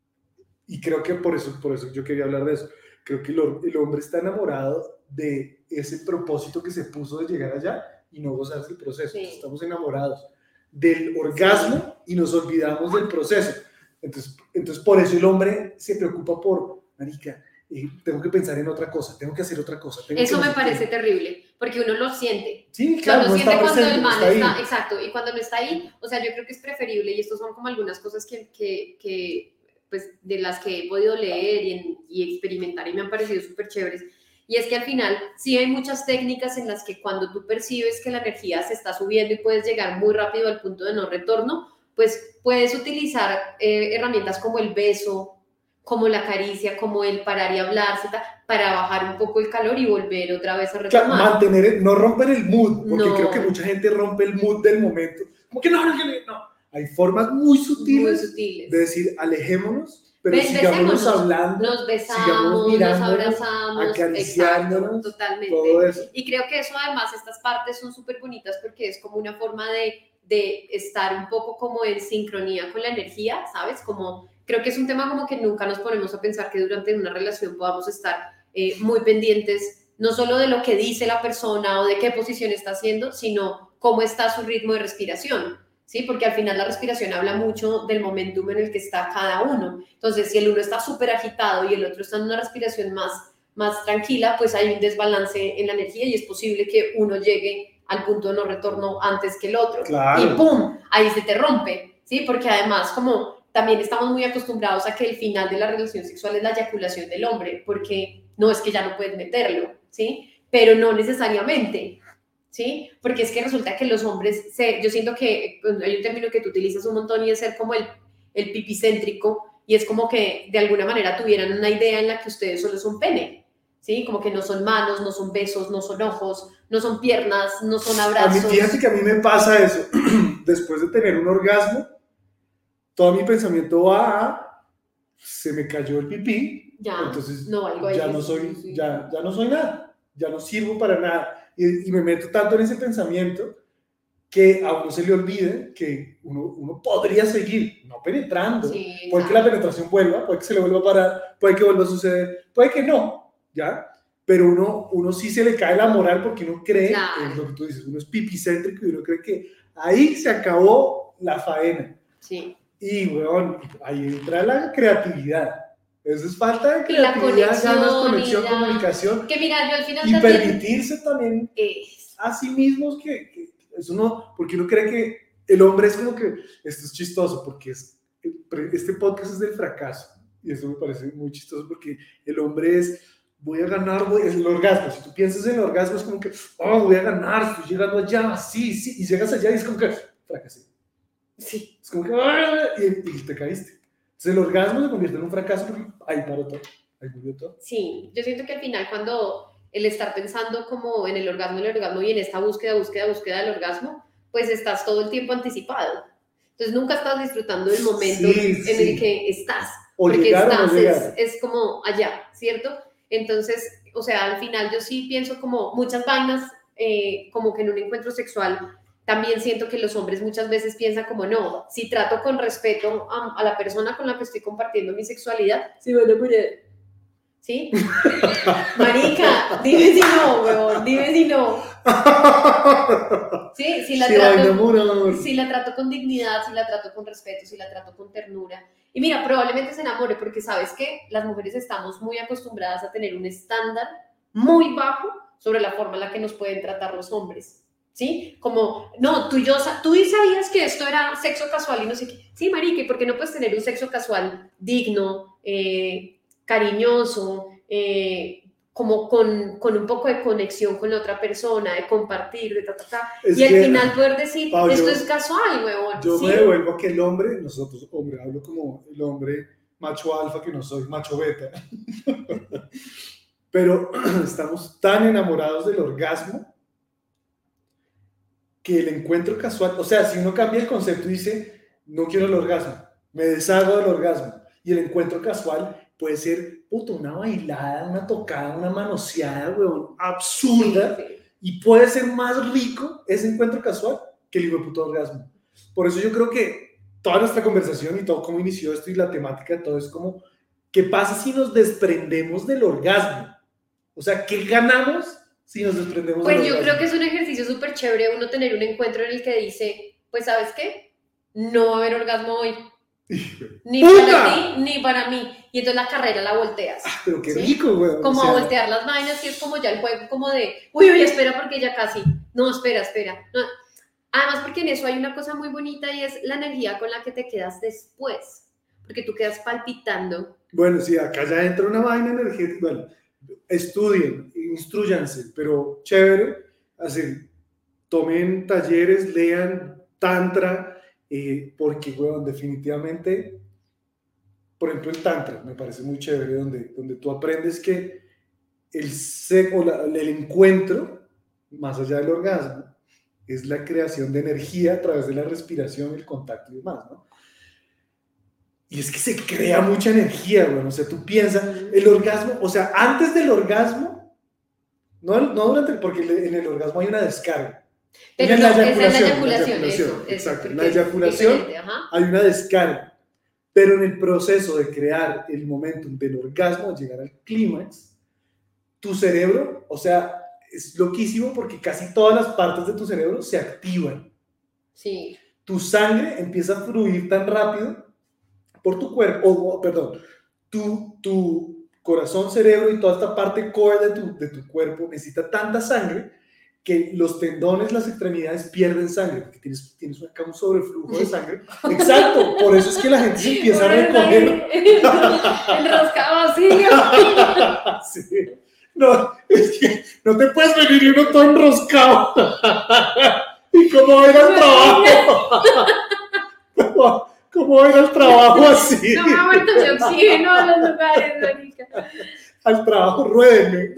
y creo que por eso, por eso yo quería hablar de eso, creo que el, el hombre está enamorado de ese propósito que se puso de llegar allá y no gozarse el proceso. Sí. Estamos enamorados del orgasmo y nos olvidamos del proceso. Entonces, entonces por eso el hombre se preocupa por marica, eh, tengo que pensar en otra cosa, tengo que hacer otra cosa. Eso me parece terrible, porque uno lo siente. Sí, claro, o sea, no lo siente cuando presente, el man está, está, exacto, y cuando no está ahí, o sea, yo creo que es preferible, y estos son como algunas cosas que, que, que pues, de las que he podido leer y, en, y experimentar y me han parecido súper chéveres, y es que al final sí hay muchas técnicas en las que cuando tú percibes que la energía se está subiendo y puedes llegar muy rápido al punto de no retorno, pues puedes utilizar eh, herramientas como el beso, como la caricia, como el parar y hablar, para bajar un poco el calor y volver otra vez a retomar. Claro, mantener, no romper el mood, porque no. creo que mucha gente rompe el mood del momento. Como que no, no, no, no. Hay formas muy sutiles, muy sutiles. de decir, alejémonos, pero Ves, sigámonos hablando, nos besamos, nos abrazamos, acariciándonos, exacto, totalmente. Todo eso. Y creo que eso además, estas partes son súper bonitas porque es como una forma de, de estar un poco como en sincronía con la energía, ¿sabes? Como... Creo que es un tema como que nunca nos ponemos a pensar que durante una relación podamos estar eh, muy pendientes, no solo de lo que dice la persona o de qué posición está haciendo, sino cómo está su ritmo de respiración, ¿sí? Porque al final la respiración habla mucho del momentum en el que está cada uno. Entonces, si el uno está súper agitado y el otro está en una respiración más, más tranquila, pues hay un desbalance en la energía y es posible que uno llegue al punto de no retorno antes que el otro. Claro. Y ¡pum! Ahí se te rompe, ¿sí? Porque además, como... También estamos muy acostumbrados a que el final de la relación sexual es la eyaculación del hombre, porque no es que ya no puedes meterlo, ¿sí? Pero no necesariamente, ¿sí? Porque es que resulta que los hombres, se, yo siento que hay un término que tú utilizas un montón y es ser como el, el pipicéntrico, y es como que de alguna manera tuvieran una idea en la que ustedes solo son pene, ¿sí? Como que no son manos, no son besos, no son ojos, no son piernas, no son abrazos. A mí, fíjate que a mí me pasa eso, después de tener un orgasmo, todo mi pensamiento va a, se me cayó el pipí, ya, entonces no, algo ya, no soy, ya, ya no soy nada, ya no sirvo para nada. Y, y me meto tanto en ese pensamiento que a uno se le olvide que uno, uno podría seguir, no penetrando, sí, puede que la penetración vuelva, puede que se le vuelva a parar, puede que vuelva a suceder, puede que no, ¿ya? Pero uno, uno sí se le cae la moral porque uno cree, claro. es lo que tú dices, uno es pipicéntrico y uno cree que ahí se acabó la faena. Sí. Y, weón, ahí entra la creatividad. Eso es falta de creatividad, ganas, conexión, la... comunicación. Que mira, yo al final y también... permitirse también es... a sí mismos que, que eso no, porque uno cree que el hombre es como que, esto es chistoso, porque es, este podcast es del fracaso. Y eso me parece muy chistoso porque el hombre es, voy a ganar, voy, es el orgasmo. Si tú piensas en el orgasmo es como que, oh, voy a ganar, estoy llegando allá, sí, sí, y llegas allá y es como que, fracasé. Sí. Es como que, ¡ah! y, y te caíste. Entonces el orgasmo se convierte en un fracaso porque ahí paró todo, ahí murió todo. Sí, yo siento que al final cuando el estar pensando como en el orgasmo, el orgasmo y en esta búsqueda, búsqueda, búsqueda del orgasmo, pues estás todo el tiempo anticipado. Entonces nunca estás disfrutando del momento sí, en sí. el que estás. O porque llegar estás, o no llegar. es, es como allá, ¿cierto? Entonces, o sea, al final yo sí pienso como muchas vainas, eh, como que en un encuentro sexual, también siento que los hombres muchas veces piensan como, no, si trato con respeto a, a la persona con la que estoy compartiendo mi sexualidad, sí, bueno, pues, ¿Sí? Marica, dime si no, huevón, dime si no. Sí, si la, Sí, trato, vaina, amor. si la trato con dignidad, si la trato con respeto, si la trato con ternura. Y mira, probablemente se enamore porque sabes que las mujeres estamos muy acostumbradas a tener un estándar muy bajo sobre la forma en la que nos pueden tratar los hombres. ¿Sí? Como, no, tú y yo, tú sabías que esto era sexo casual y no sé qué. Sí, marica, ¿y por qué no puedes tener un sexo casual digno, eh, cariñoso, eh, como con, con un poco de conexión con la otra persona, de compartir, de ta, ta, ta, Es y al que, final poder decir, Pablo, esto es casual, huevón. Yo ¿sí? me devuelvo a que el hombre, nosotros, hombre, hablo como el hombre macho alfa, que no soy macho beta, pero estamos tan enamorados del orgasmo que el encuentro casual, o sea, si uno cambia el concepto y dice, no quiero el orgasmo, me deshago del orgasmo, y el encuentro casual puede ser, puto, una bailada, una tocada, una manoseada, weón, absurda, Sí, sí. y puede ser más rico ese encuentro casual que el hijo de puto orgasmo. Por eso yo creo que toda nuestra conversación y todo cómo inició esto y la temática de todo es como, ¿qué pasa si nos desprendemos del orgasmo? O sea, ¿qué ganamos si nos desprendemos Pues del yo orgasmo? creo que es un ejercicio súper chévere uno tener un encuentro en el que dice, pues ¿sabes qué? No va a haber orgasmo hoy. Ni ¡Puta! para ti, ni para mí. Y entonces la carrera la volteas. Ah, pero qué ¿sí? rico, güey. Como o sea, a voltear las vainas y es como ya el juego como de, uy, uy, espera porque ya casi. No, espera, espera. No. Además porque en eso hay una cosa muy bonita y es la energía con la que te quedas después. Porque tú quedas palpitando. Bueno, sí, acá ya entra una vaina energética. Bueno, estudien, instruyanse, pero chévere, así, tomen talleres, lean tantra, eh, porque, bueno, definitivamente, por ejemplo, el tantra me parece muy chévere, donde, donde tú aprendes que el, se, o la, el encuentro, más allá del orgasmo, es la creación de energía a través de la respiración, el contacto y demás, ¿no? Y es que se crea mucha energía, güey. O sea, tú piensas, el orgasmo, o sea, antes del orgasmo, no, no durante, porque en el orgasmo hay una descarga. Pero en no, la esa es la eyaculación, eyaculación, la eyaculación, eso, eso, exacto. En porque la eyaculación es diferente, ajá. hay una descarga. Pero en el proceso de crear el momentum del orgasmo, de llegar al clímax, tu cerebro, o sea, es loquísimo porque casi todas las partes de tu cerebro se activan. Sí. Tu sangre empieza a fluir tan rápido por tu cuerpo, o, perdón, tu, tu corazón, cerebro y toda esta parte core de tu, de tu cuerpo necesita tanta sangre que los tendones, las extremidades pierden sangre, porque tienes, tienes acá un sobreflujo de sangre. Exacto, por eso es que la gente se empieza a recoger. Enroscado así. Sí. No, es que no te puedes venir y uno todo enroscado. ¿Y cómo va a ir al trabajo? ¿Cómo, cómo va a ir al trabajo así? No me ha vuelto mi oxígeno a los lugares, marica. Al trabajo, ruédenme.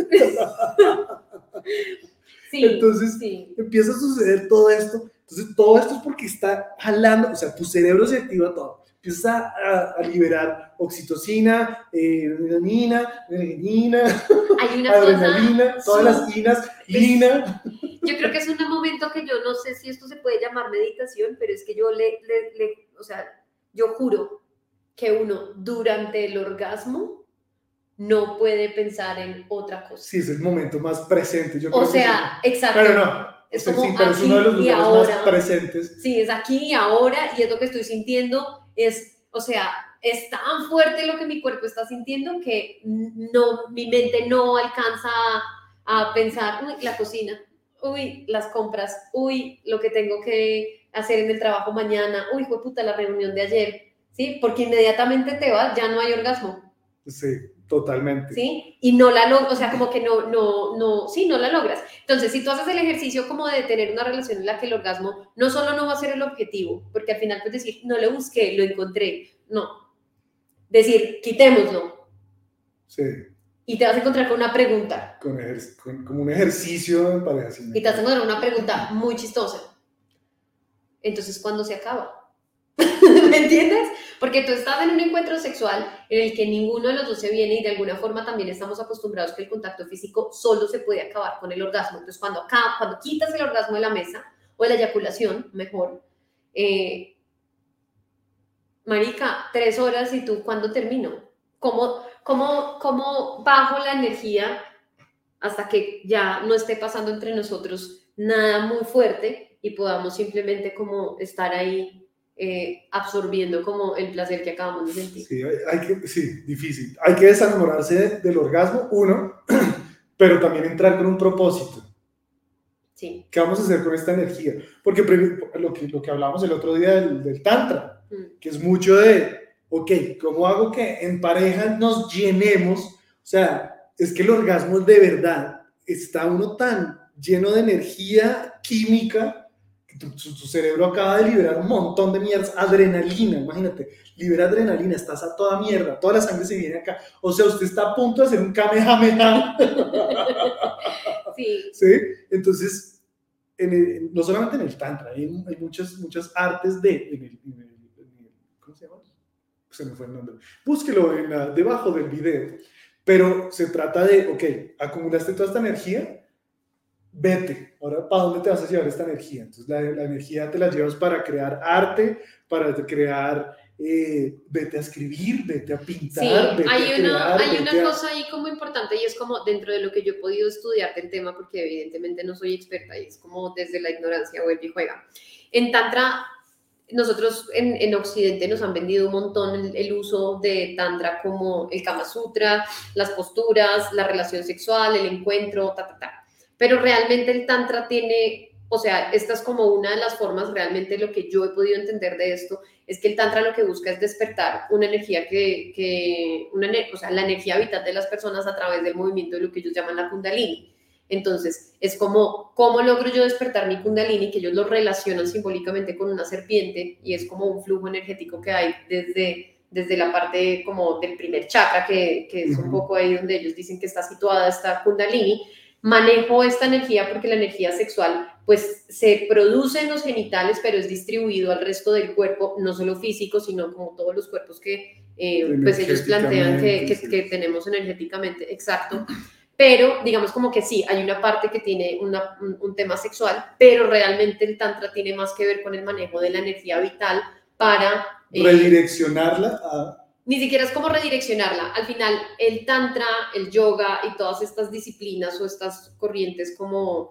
Sí, Entonces sí. empieza a suceder todo esto. Entonces todo esto es porque está jalando, o sea, tu cerebro se activa todo. Empiezas a, a, a liberar oxitocina, eh, adrenalina, adrenalina, Hay una adrenalina, cosa, todas las inas, lina. Yo creo que es un momento que yo no sé si esto se puede llamar meditación, pero es que yo le, le, le o sea, yo juro que uno durante el orgasmo no puede pensar en otra cosa. Sí, es el momento más presente. Yo O creo sea, que sí. exacto. Pero no, Es sí, como sí, pero es aquí uno de los y lugares ahora. más presentes. Sí, es aquí y ahora y es lo que estoy sintiendo. Es, o sea, es tan fuerte lo que mi cuerpo está sintiendo que no, mi mente no alcanza a, a pensar, uy, la cocina, uy, las compras, uy, lo que tengo que hacer en el trabajo mañana, uy, fue puta la reunión de ayer, ¿sí? Porque inmediatamente te vas, ya no hay orgasmo. Sí, totalmente. ¿Sí? Y no la logras, o sea, como que no, no, no, sí, no la logras. Entonces, si tú haces el ejercicio como de tener una relación en la que el orgasmo no solo no va a ser el objetivo, porque al final puedes decir, no lo busqué, lo encontré, no. Decir, quitémoslo. Sí. Y te vas a encontrar con una pregunta. Con, ejer- con como un ejercicio de emparejamiento. Y te vas a encontrar una pregunta muy chistosa. Entonces, ¿cuándo se acaba? ¿Me entiendes? Porque tú estás en un encuentro sexual en el que ninguno de los dos se viene y de alguna forma también estamos acostumbrados que el contacto físico solo se puede acabar con el orgasmo. Entonces, cuando, acá, cuando quitas el orgasmo de la mesa, o de la eyaculación, mejor, eh, marica, tres horas y tú, ¿cuándo termino? ¿Cómo, ¿Cómo, cómo bajo la energía hasta que ya no esté pasando entre nosotros nada muy fuerte y podamos simplemente como estar ahí eh, absorbiendo como el placer que acabamos de sentir? Sí, hay, hay que, sí, difícil. Hay que desenamorarse de, del orgasmo, uno, pero también entrar con un propósito. Sí. ¿Qué vamos a hacer con esta energía? Porque lo que, lo que hablamos el otro día del, del tantra, mm. que es mucho de, ok, ¿cómo hago que en pareja nos llenemos? O sea, es que el orgasmo de verdad está uno tan lleno de energía química que tu, tu, tu cerebro acaba de liberar un montón de mierdas, adrenalina, imagínate, libera adrenalina, estás a toda mierda, toda la sangre se viene acá, o sea, usted está a punto de hacer un kamehameha. Sí. ¿Sí? Entonces, en el, no solamente en el tantra, hay, hay muchas, muchas artes de, en el, en el, en el, ¿cómo se llama? Se me fue el nombre. Búsquelo en la, debajo del video. Pero se trata de, ok, acumulaste toda esta energía, vete. Ahora, ¿para dónde te vas a llevar esta energía? Entonces, la, la energía te la llevas para crear arte, para crear, eh, vete a escribir, vete a pintar. Sí, vete hay a una, crear, hay una a... cosa ahí como importante y es como dentro de lo que yo he podido estudiar del tema, porque evidentemente no soy experta y es como desde la ignorancia vuelve y juega. En Tantra, nosotros en, en Occidente nos han vendido un montón el, el uso de Tantra como el Kama Sutra, las posturas, la relación sexual, el encuentro, ta, ta, ta. Pero realmente el Tantra tiene, o sea, esta es como una de las formas, realmente lo que yo he podido entender de esto, es que el Tantra lo que busca es despertar una energía que, que una, o sea, la energía vital de las personas a través del movimiento de lo que ellos llaman la Kundalini. Entonces, es como, ¿cómo logro yo despertar mi Kundalini? Que ellos lo relacionan simbólicamente con una serpiente y es como un flujo energético que hay desde, desde la parte como del primer chakra, que, que es un poco ahí donde ellos dicen que está situada esta Kundalini. Manejo esta energía porque la energía sexual pues se produce en los genitales, pero es distribuido al resto del cuerpo, no solo físico, sino como todos los cuerpos que eh, pues ellos plantean que, que, que tenemos energéticamente, exacto. Pero digamos como que sí, hay una parte que tiene una, un, un tema sexual, pero realmente el Tantra tiene más que ver con el manejo de la energía vital para... Eh, redireccionarla a... Ni siquiera es como redireccionarla. Al final, el Tantra, el yoga y todas estas disciplinas o estas corrientes como,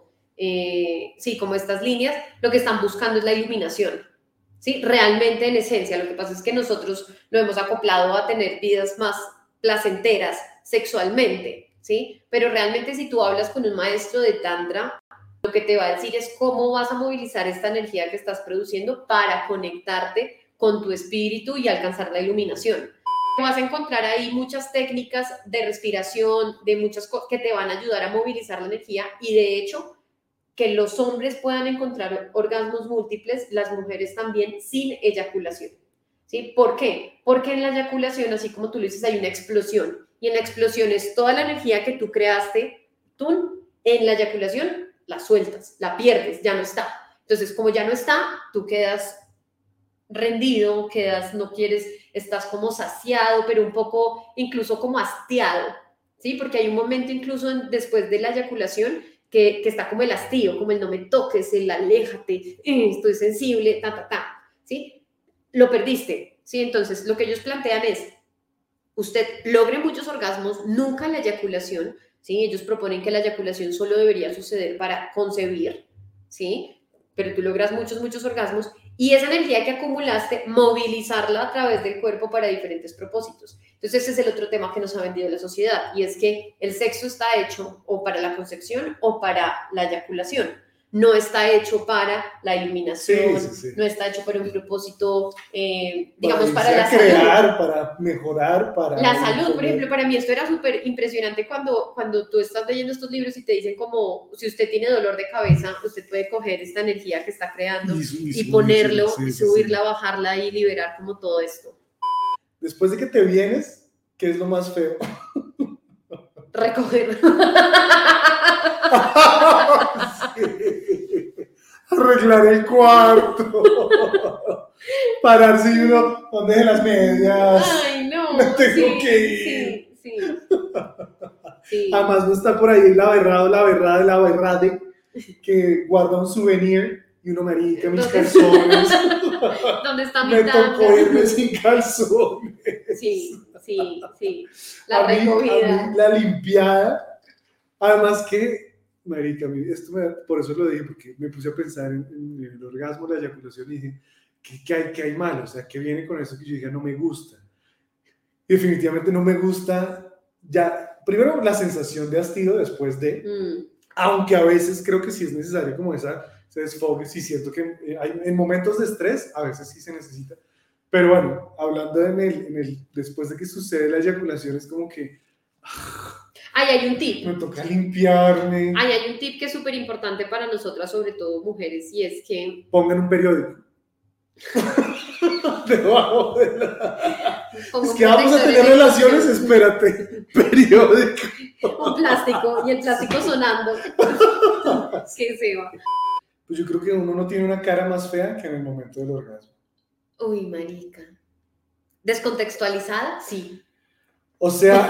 eh, sí, como estas líneas, lo que están buscando es la iluminación. ¿Sí? Realmente, en esencia, lo que pasa es que nosotros lo hemos acoplado a tener vidas más placenteras sexualmente. ¿Sí? Pero realmente si tú hablas con un maestro de Tantra, lo que te va a decir es cómo vas a movilizar esta energía que estás produciendo para conectarte con tu espíritu y alcanzar la iluminación. Vas a encontrar ahí muchas técnicas de respiración, de muchas cosas que te van a ayudar a movilizar la energía y de hecho que los hombres puedan encontrar orgasmos múltiples, las mujeres también sin eyaculación. ¿Sí? ¿Por qué? Porque en la eyaculación, así como tú lo dices, hay una explosión. Y en la explosión es toda la energía que tú creaste, tú en la eyaculación la sueltas, la pierdes, ya no está. Entonces, como ya no está, tú quedas rendido, quedas, no quieres, estás como saciado, pero un poco incluso como hastiado, ¿sí? Porque hay un momento incluso en, después de la eyaculación que, que está como el hastío, como el no me toques, el aléjate, eh, estoy sensible, ta, ta, ta, ¿sí? Lo perdiste, ¿sí? Entonces, lo que ellos plantean es usted logre muchos orgasmos, nunca la eyaculación, ¿sí? Ellos proponen que la eyaculación solo debería suceder para concebir, ¿sí? Pero tú logras muchos, muchos orgasmos y esa energía que acumulaste, movilizarla a través del cuerpo para diferentes propósitos. Entonces ese es el otro tema que nos ha vendido la sociedad y es que el sexo está hecho o para la concepción o para la eyaculación. No está hecho para la iluminación, sí, sí, sí. No está hecho para un propósito, eh, digamos, para, para la crear, salud. Para mejorar, para... La salud, por ejemplo, para mí esto era súper impresionante cuando, cuando tú estás leyendo estos libros y te dicen como, si usted tiene dolor de cabeza, usted puede coger esta energía que está creando y, y, y ponerlo, sí, sí, sí, subirla, sí. bajarla y liberar como todo esto. Después de que te vienes, ¿qué es lo más feo? Recoger. Sí. Arreglar el cuarto. Pararse y uno, ¿dónde deje las medias? Ay, no. Me tengo sí, que ir. Sí, sí. Sí. Además no está por ahí la verdad, la verdad, la verdad que guarda un souvenir y uno marica, mis calzones. ¿Dónde está mi Me tanga? tocó irme sin calzones. Sí, sí, sí. La A mí- recogida. a mí la limpiada. Además que, marica, a mí esto me, por eso lo dije, porque me puse a pensar en, en el orgasmo, la eyaculación, y dije, ¿qué, qué hay, qué hay malo? O sea, ¿qué viene con eso que yo dije, no me gusta? Y definitivamente no me gusta, ya, primero la sensación de hastío después de, Mm. aunque a veces creo que sí es necesario como esa, ese desfogue, sí siento que eh, hay, en momentos de estrés a veces sí se necesita, pero bueno, hablando en el, en el, después de que sucede la eyaculación es como que Ay, hay un tip. me toca limpiarme, Ay, hay un tip que es súper importante para nosotras, sobre todo mujeres, y es que pongan un periódico debajo de la... pongo Es un que vamos a protector tener de relaciones, eyaculación, espérate, periódico. un plástico y el plástico sonando. Que se va. Pues yo creo que uno no tiene una cara más fea que en el momento del orgasmo. Uy, marica. ¿Descontextualizada? Sí. O sea,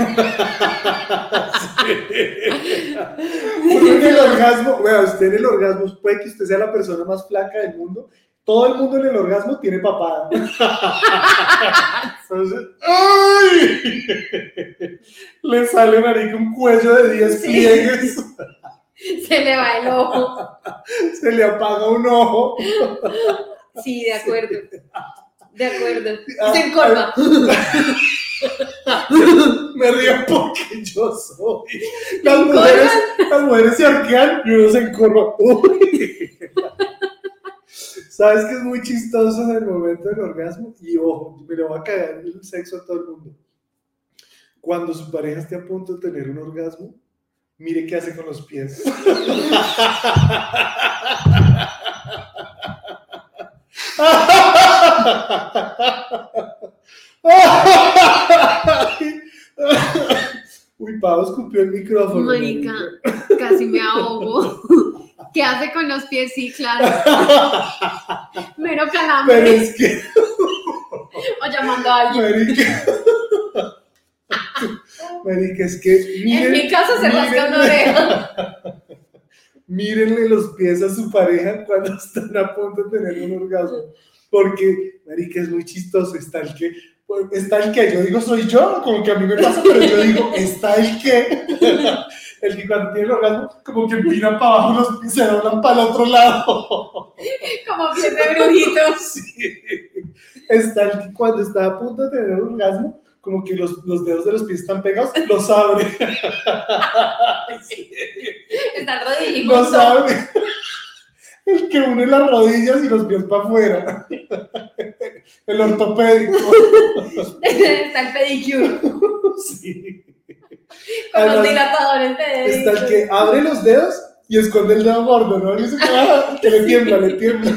sí. Uno en el orgasmo, bueno, usted en el orgasmo, puede que usted sea la persona más flaca del mundo, todo el mundo en el orgasmo tiene papada. Entonces, ¡ay! Le sale, marica, un cuello de diez Sí. pliegues, Se le va el ojo. se le apaga un ojo. Sí, de acuerdo. De acuerdo. Ah, Se encorva. Me río porque yo soy. Las mujeres, las mujeres se arquean y uno se encorva. Uy. ¿Sabes qué es muy chistoso en el momento del orgasmo? Y ojo, me lo va a cagar el sexo a todo el mundo. Cuando su pareja esté a punto de tener un orgasmo, mire qué hace con los pies. Uy, Pau escupió el micrófono. Marica, casi me ahogo. ¿Qué hace con los pies? Sí, claro. Mero Pero calambre. es que, O llamando a alguien. marica, marica, es que miren, En mi caso se rasca miren- una oreja. Mírenle los pies a su pareja cuando están a punto de tener un orgasmo. Porque, marica, es muy chistoso. Está el que, pues, está el que, yo digo soy yo, como que a mí me pasa, pero yo digo, está el que, el que cuando tiene el orgasmo, como que empina para abajo los pies, se doblan para el otro lado. Como pies de brujito. Sí. Está el que cuando está a punto de tener un orgasmo, como que los, los dedos de los pies están pegados, los abre. Sí. Está el rodillo. Los abre. El que une las rodillas y los pies para afuera. El ortopédico. Está el pedicure. Sí. Con los Además, dilatadores de dedos. está el que abre los dedos y esconde el dedo gordo, ¿no? Y dice, ah, que le tiembla, le tiembla.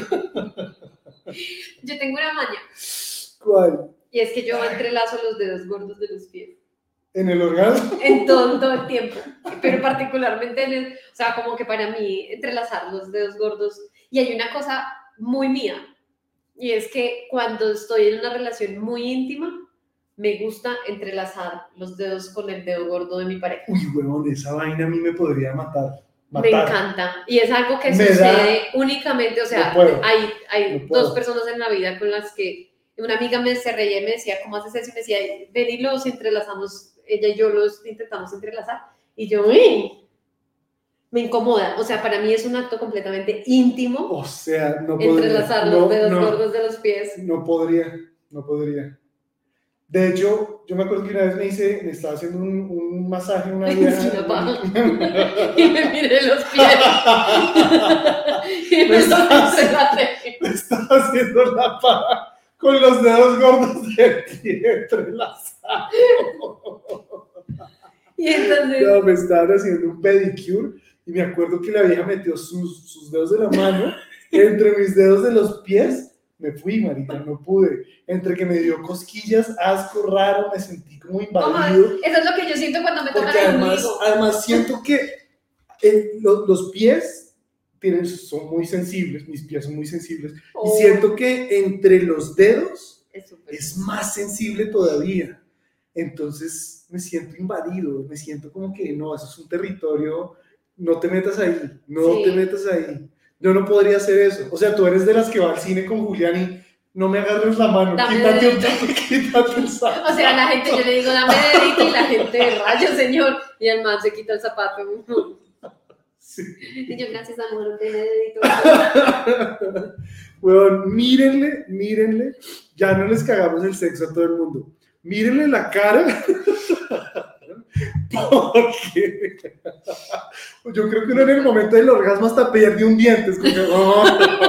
Yo tengo una maña. ¿Cuál? Y es que yo entrelazo los dedos gordos de los pies. ¿En el orgasmo? En todo, todo el tiempo. Pero particularmente en el... O sea, como que para mí entrelazar los dedos gordos... Y hay una cosa muy mía. Y es que cuando estoy en una relación muy íntima, me gusta entrelazar los dedos con el dedo gordo de mi pareja. Uy, huevón, esa vaina a mí me podría matar. Me matar. encanta. Y es algo que Me sucede únicamente, o sea, No puedo. hay, hay No puedo. dos personas en la vida con las que una amiga me se reía y me decía, ¿cómo haces eso? Y me decía, ven y los entrelazamos, ella y yo los intentamos entrelazar. Y yo, uy, me incomoda. O sea, para mí es un acto completamente íntimo O sea, no podría. entrelazar no, los dedos no, gordos de los pies. No podría, no podría. De hecho, yo me acuerdo que una vez me hice, me estaba haciendo un, un masaje en una Es vieja. una paja. Y me miré los pies. Y me Me los estaba entrelacé. Me estaba haciendo la paja con los dedos gordos del pie entrelazados. Y entonces... No, me estaban haciendo un pedicure y me acuerdo que la vieja metió sus, sus dedos de la mano entre mis dedos de los pies. Me fui, marica, no pude. Entre que me dio cosquillas, asco, raro, me sentí como invadido. Eso es lo que yo siento cuando me tocan Porque el además, ombligo. además siento que eh, lo- los pies tienen, son muy sensibles, mis pies son muy sensibles, Oh. y siento que entre los dedos Es súper. es más sensible todavía. Entonces me siento invadido, me siento como que no, eso es un territorio, no te metas ahí, no Sí. te metas ahí. Yo no podría hacer eso. O sea, tú eres de las que va al cine con Julián y no me agarres la mano, Dame quítate un dedito. poco, quítate el zapato. O sea, la gente, yo le digo, dame dedito y la gente de rayos, señor. Y el man se quita el zapato. Sí. Y yo, gracias, amor, no tiene dedito. Bueno, mírenle, mírenle, ya no les cagamos el sexo a todo el mundo. Mírenle la cara. Porque yo creo que uno en el momento del orgasmo hasta pierde un diente. Es como que, oh.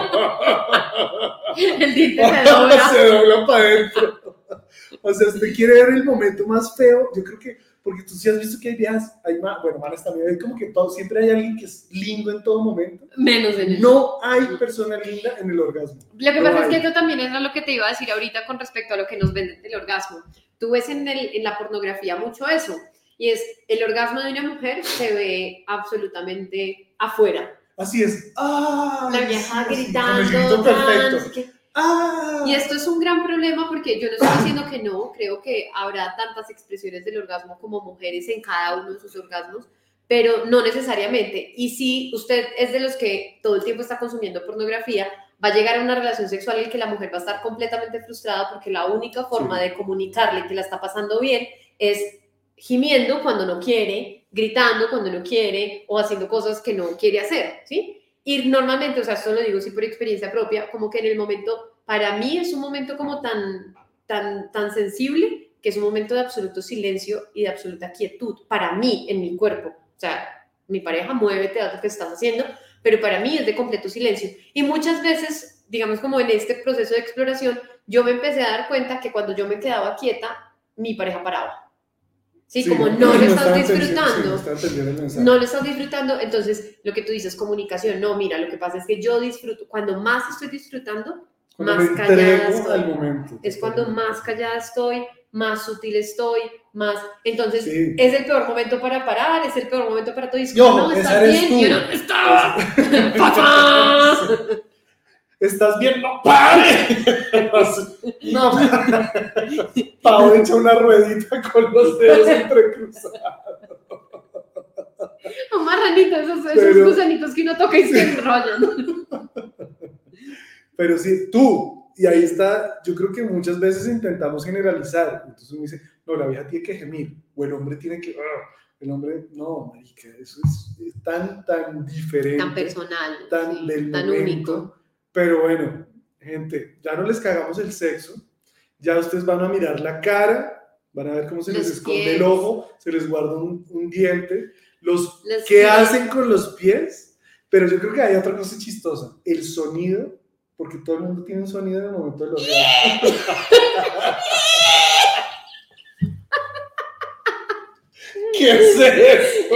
El diente se dobla. Se dobla para adentro. O sea, usted quiere ver el momento más feo. Yo creo que, porque tú sí has visto que hay viejas, hay más, bueno, manas también, hay como que todo, siempre hay alguien que es lindo en todo momento. Menos en el. No hay persona linda en el orgasmo. Lo que No pasa hay. es que esto también es lo que te iba a decir ahorita con respecto a lo que nos venden del orgasmo. Tú ves en, el, en la pornografía mucho eso, y es el orgasmo de una mujer se ve absolutamente afuera. Así es. ¡Ah! La vieja sí, gritando, con el grito tan, perfecto. no sé qué. ¡Ah! Y esto es un gran problema porque yo no estoy diciendo que no, creo que habrá tantas expresiones del orgasmo como mujeres en cada uno de sus orgasmos, pero no necesariamente. Y si usted es de los que todo el tiempo está consumiendo pornografía, va a llegar a una relación sexual en que la mujer va a estar completamente frustrada porque la única forma Sí. de comunicarle que la está pasando bien es gimiendo cuando no quiere, gritando cuando no quiere o haciendo cosas que no quiere hacer, ¿sí? Y normalmente, o sea, esto lo digo sí por experiencia propia, como que en el momento, para mí es un momento como tan, tan, tan sensible, que es un momento de absoluto silencio y de absoluta quietud, para mí, en mi cuerpo. O sea, mi pareja, muévete, haz lo que estás haciendo, pero para mí es de completo silencio. Y muchas veces, digamos como en este proceso de exploración, yo me empecé a dar cuenta que cuando yo me quedaba quieta, mi pareja paraba. Sí, Sí, como no lo estás está entendiendo, disfrutando. sí, no está entendiendo el mensaje. No lo estás disfrutando, entonces lo que tú dices, comunicación, no, mira, lo que pasa es que yo disfruto, cuando más estoy disfrutando, Cuando más me callada entrego estoy. al momento. Es cuando más callada estoy, más sutil estoy, más, entonces Sí. es el peor momento para parar, es el peor momento para todo, y es Y ojo, como, no, esa estás eres bien, tú. y uno, ¡está! ¡Papá! ¿Estás bien? ¡No, pare! No, Pau echa una ruedita con los dedos entrecruzados. O marranito, esos, esos Pero- gusanitos que uno toca y se enrollan. Pero sí, tú, y ahí está, yo creo que muchas veces intentamos generalizar. Entonces uno dice, no, la vieja tiene que gemir, o el hombre tiene que... ah, el hombre, no, marica, eso es, es tan, tan diferente. Tan personal, tan sí, del tan momento. único. Pero bueno, gente, ya no les cagamos el sexo, ya ustedes van a mirar la cara, van a ver cómo se les Los esconde pies. el ojo, se les guarda un, un diente, los, Los ¿qué pies. hacen con los pies? Pero yo creo que hay otra cosa chistosa, el sonido, porque todo el mundo tiene un sonido en el momento del orgasmo. ¿Qué es eso?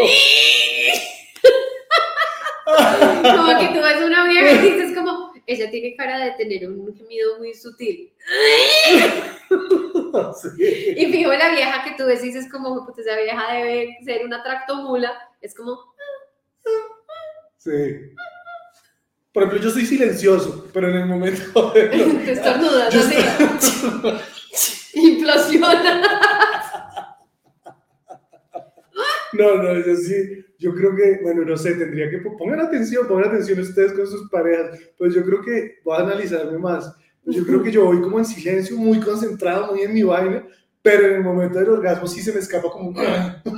Como que tú ves una vieja y dices como, ella tiene cara de tener un gemido muy sutil. Sí. Y fijo, la vieja que tú ves y dices como, pues esa vieja debe ser una tractomula, es como, Sí. Por ejemplo, yo soy silencioso, pero en el momento de... te estornudas, Yo así, implosiona. No, no, yo sí, yo creo que, bueno, no sé, tendría que, pongan atención, pongan atención ustedes con sus parejas, pues yo creo que voy a analizarme más, pues yo creo que yo voy como en silencio, muy concentrado, muy en mi vaina, pero en el momento del orgasmo sí se me escapa como un...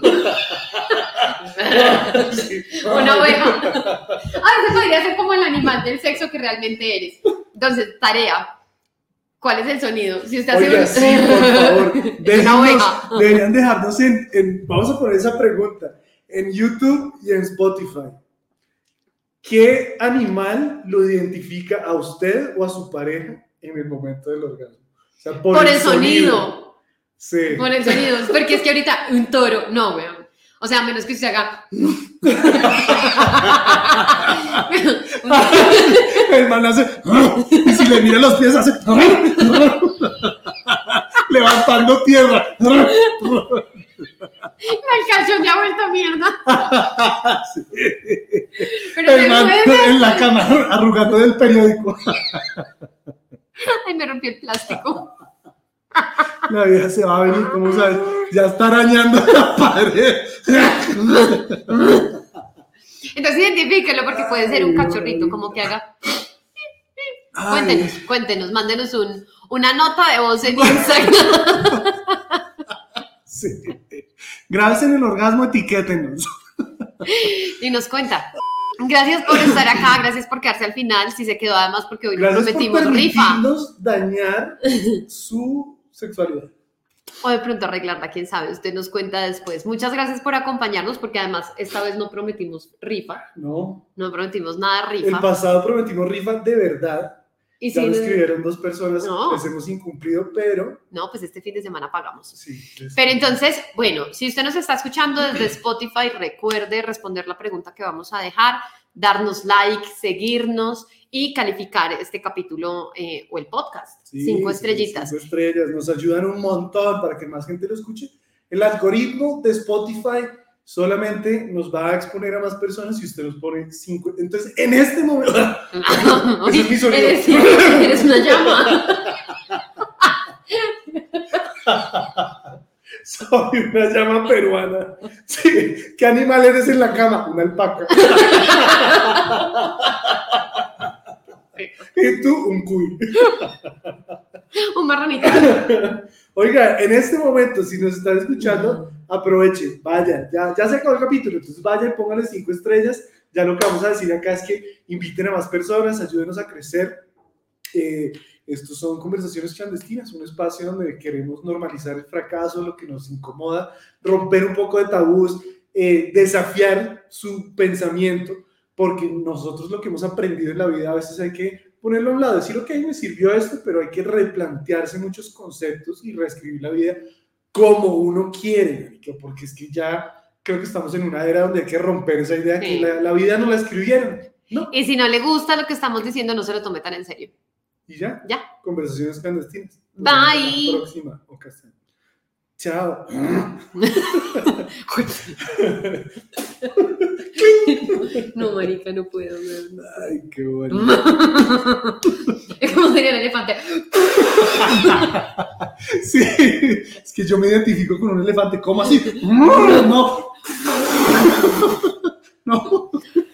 Sí. Una oveja. Ah, eso podría ser como el animal del sexo que realmente eres. Entonces, tarea. ¿Cuál es el sonido? Si usted hace Oiga, un... sí, por favor, Es una déjennos- oveja. deberían dejarnos en, en, vamos a poner esa pregunta, en YouTube y en Spotify. ¿Qué animal lo identifica a usted o a su pareja en el momento del orgasmo? O sea, por, Por el sonido. Sí. Por el sonido. Porque es que ahorita un toro, no, weón. O sea, a menos que usted haga... El man hace... Y si le mira los pies hace... Levantando tierra. El calzón ya ha vuelto mierda. Pero El me man mueve. en la cama arrugando del periódico. Ay, me rompí el plástico. La vieja se va a venir, ¿cómo sabes? Ya está arañando la pared. Entonces identifíquenlo porque puede ser un cachorrito, como que haga... Ay. Cuéntenos, cuéntenos, mándenos un, una nota de voz en Instagram. Sí. Grábense en el orgasmo, etiquétenos. Y nos cuenta. Gracias por estar acá, gracias por quedarse al final, si se quedó además porque hoy nos Gracias por prometimos rifa. permitirnos dañar su sexualidad. O de pronto arreglarla, quién sabe, usted nos cuenta después. Muchas gracias por acompañarnos porque además esta vez no prometimos rifa, No. no prometimos nada de El rifa. pasado prometimos rifa de verdad. Y Ya si lo no- escribieron dos personas, No. les hemos incumplido, pero No, pues este fin de semana pagamos. sí. les- Pero entonces, bueno, si usted nos está escuchando desde Spotify, recuerde responder la pregunta que vamos a dejar, darnos like, seguirnos y calificar este capítulo eh, o el podcast. Sí, cinco sí, estrellitas. Cinco estrellas, nos ayudan un montón para que más gente lo escuche. El algoritmo de Spotify solamente nos va a exponer a más personas si usted nos pone cinco. Entonces, en este momento, ese es mi sonido. Eres, eres una llama. Soy una llama peruana. Sí. ¿Qué animal eres en la cama? Una alpaca. Y tú, un cuy. Un marranito. Oiga, en este momento, si nos están escuchando, aproveche, vaya, ya, ya se acabó el capítulo, entonces vaya y póngale cinco estrellas. Ya lo que vamos a decir acá es que inviten a más personas, ayúdenos a crecer. Eh, estos son conversaciones clandestinas, un espacio donde queremos normalizar el fracaso, lo que nos incomoda, romper un poco de tabús, eh, desafiar su pensamiento, porque nosotros lo que hemos aprendido en la vida a veces hay que ponerlo a un lado, decir, ok, me sirvió esto, pero hay que replantearse muchos conceptos y reescribir la vida como uno quiere, porque es que ya creo que estamos en una era donde hay que romper esa idea Sí. que la, la vida no la escribieron, ¿no? Y si no le gusta lo que estamos diciendo, no se lo tome tan en serio. Y ya, Ya. conversaciones clandestinas. Nos Bye. vemos en la próxima ocasión. Chao. No, marica, no puedo. Ay, qué bueno. Es como sería el elefante. Sí, es que yo me identifico con un elefante. ¿Cómo así? No. No.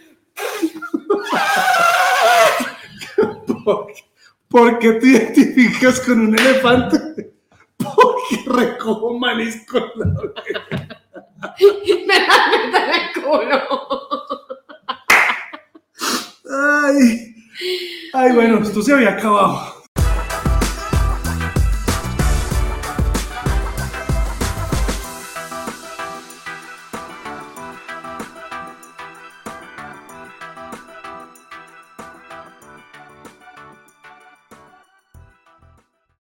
¿Por qué, por qué te identificas con un elefante? Porque recojo maíz con la oreja. Me la meto en el culo. Ay, ay, bueno, esto se había acabado.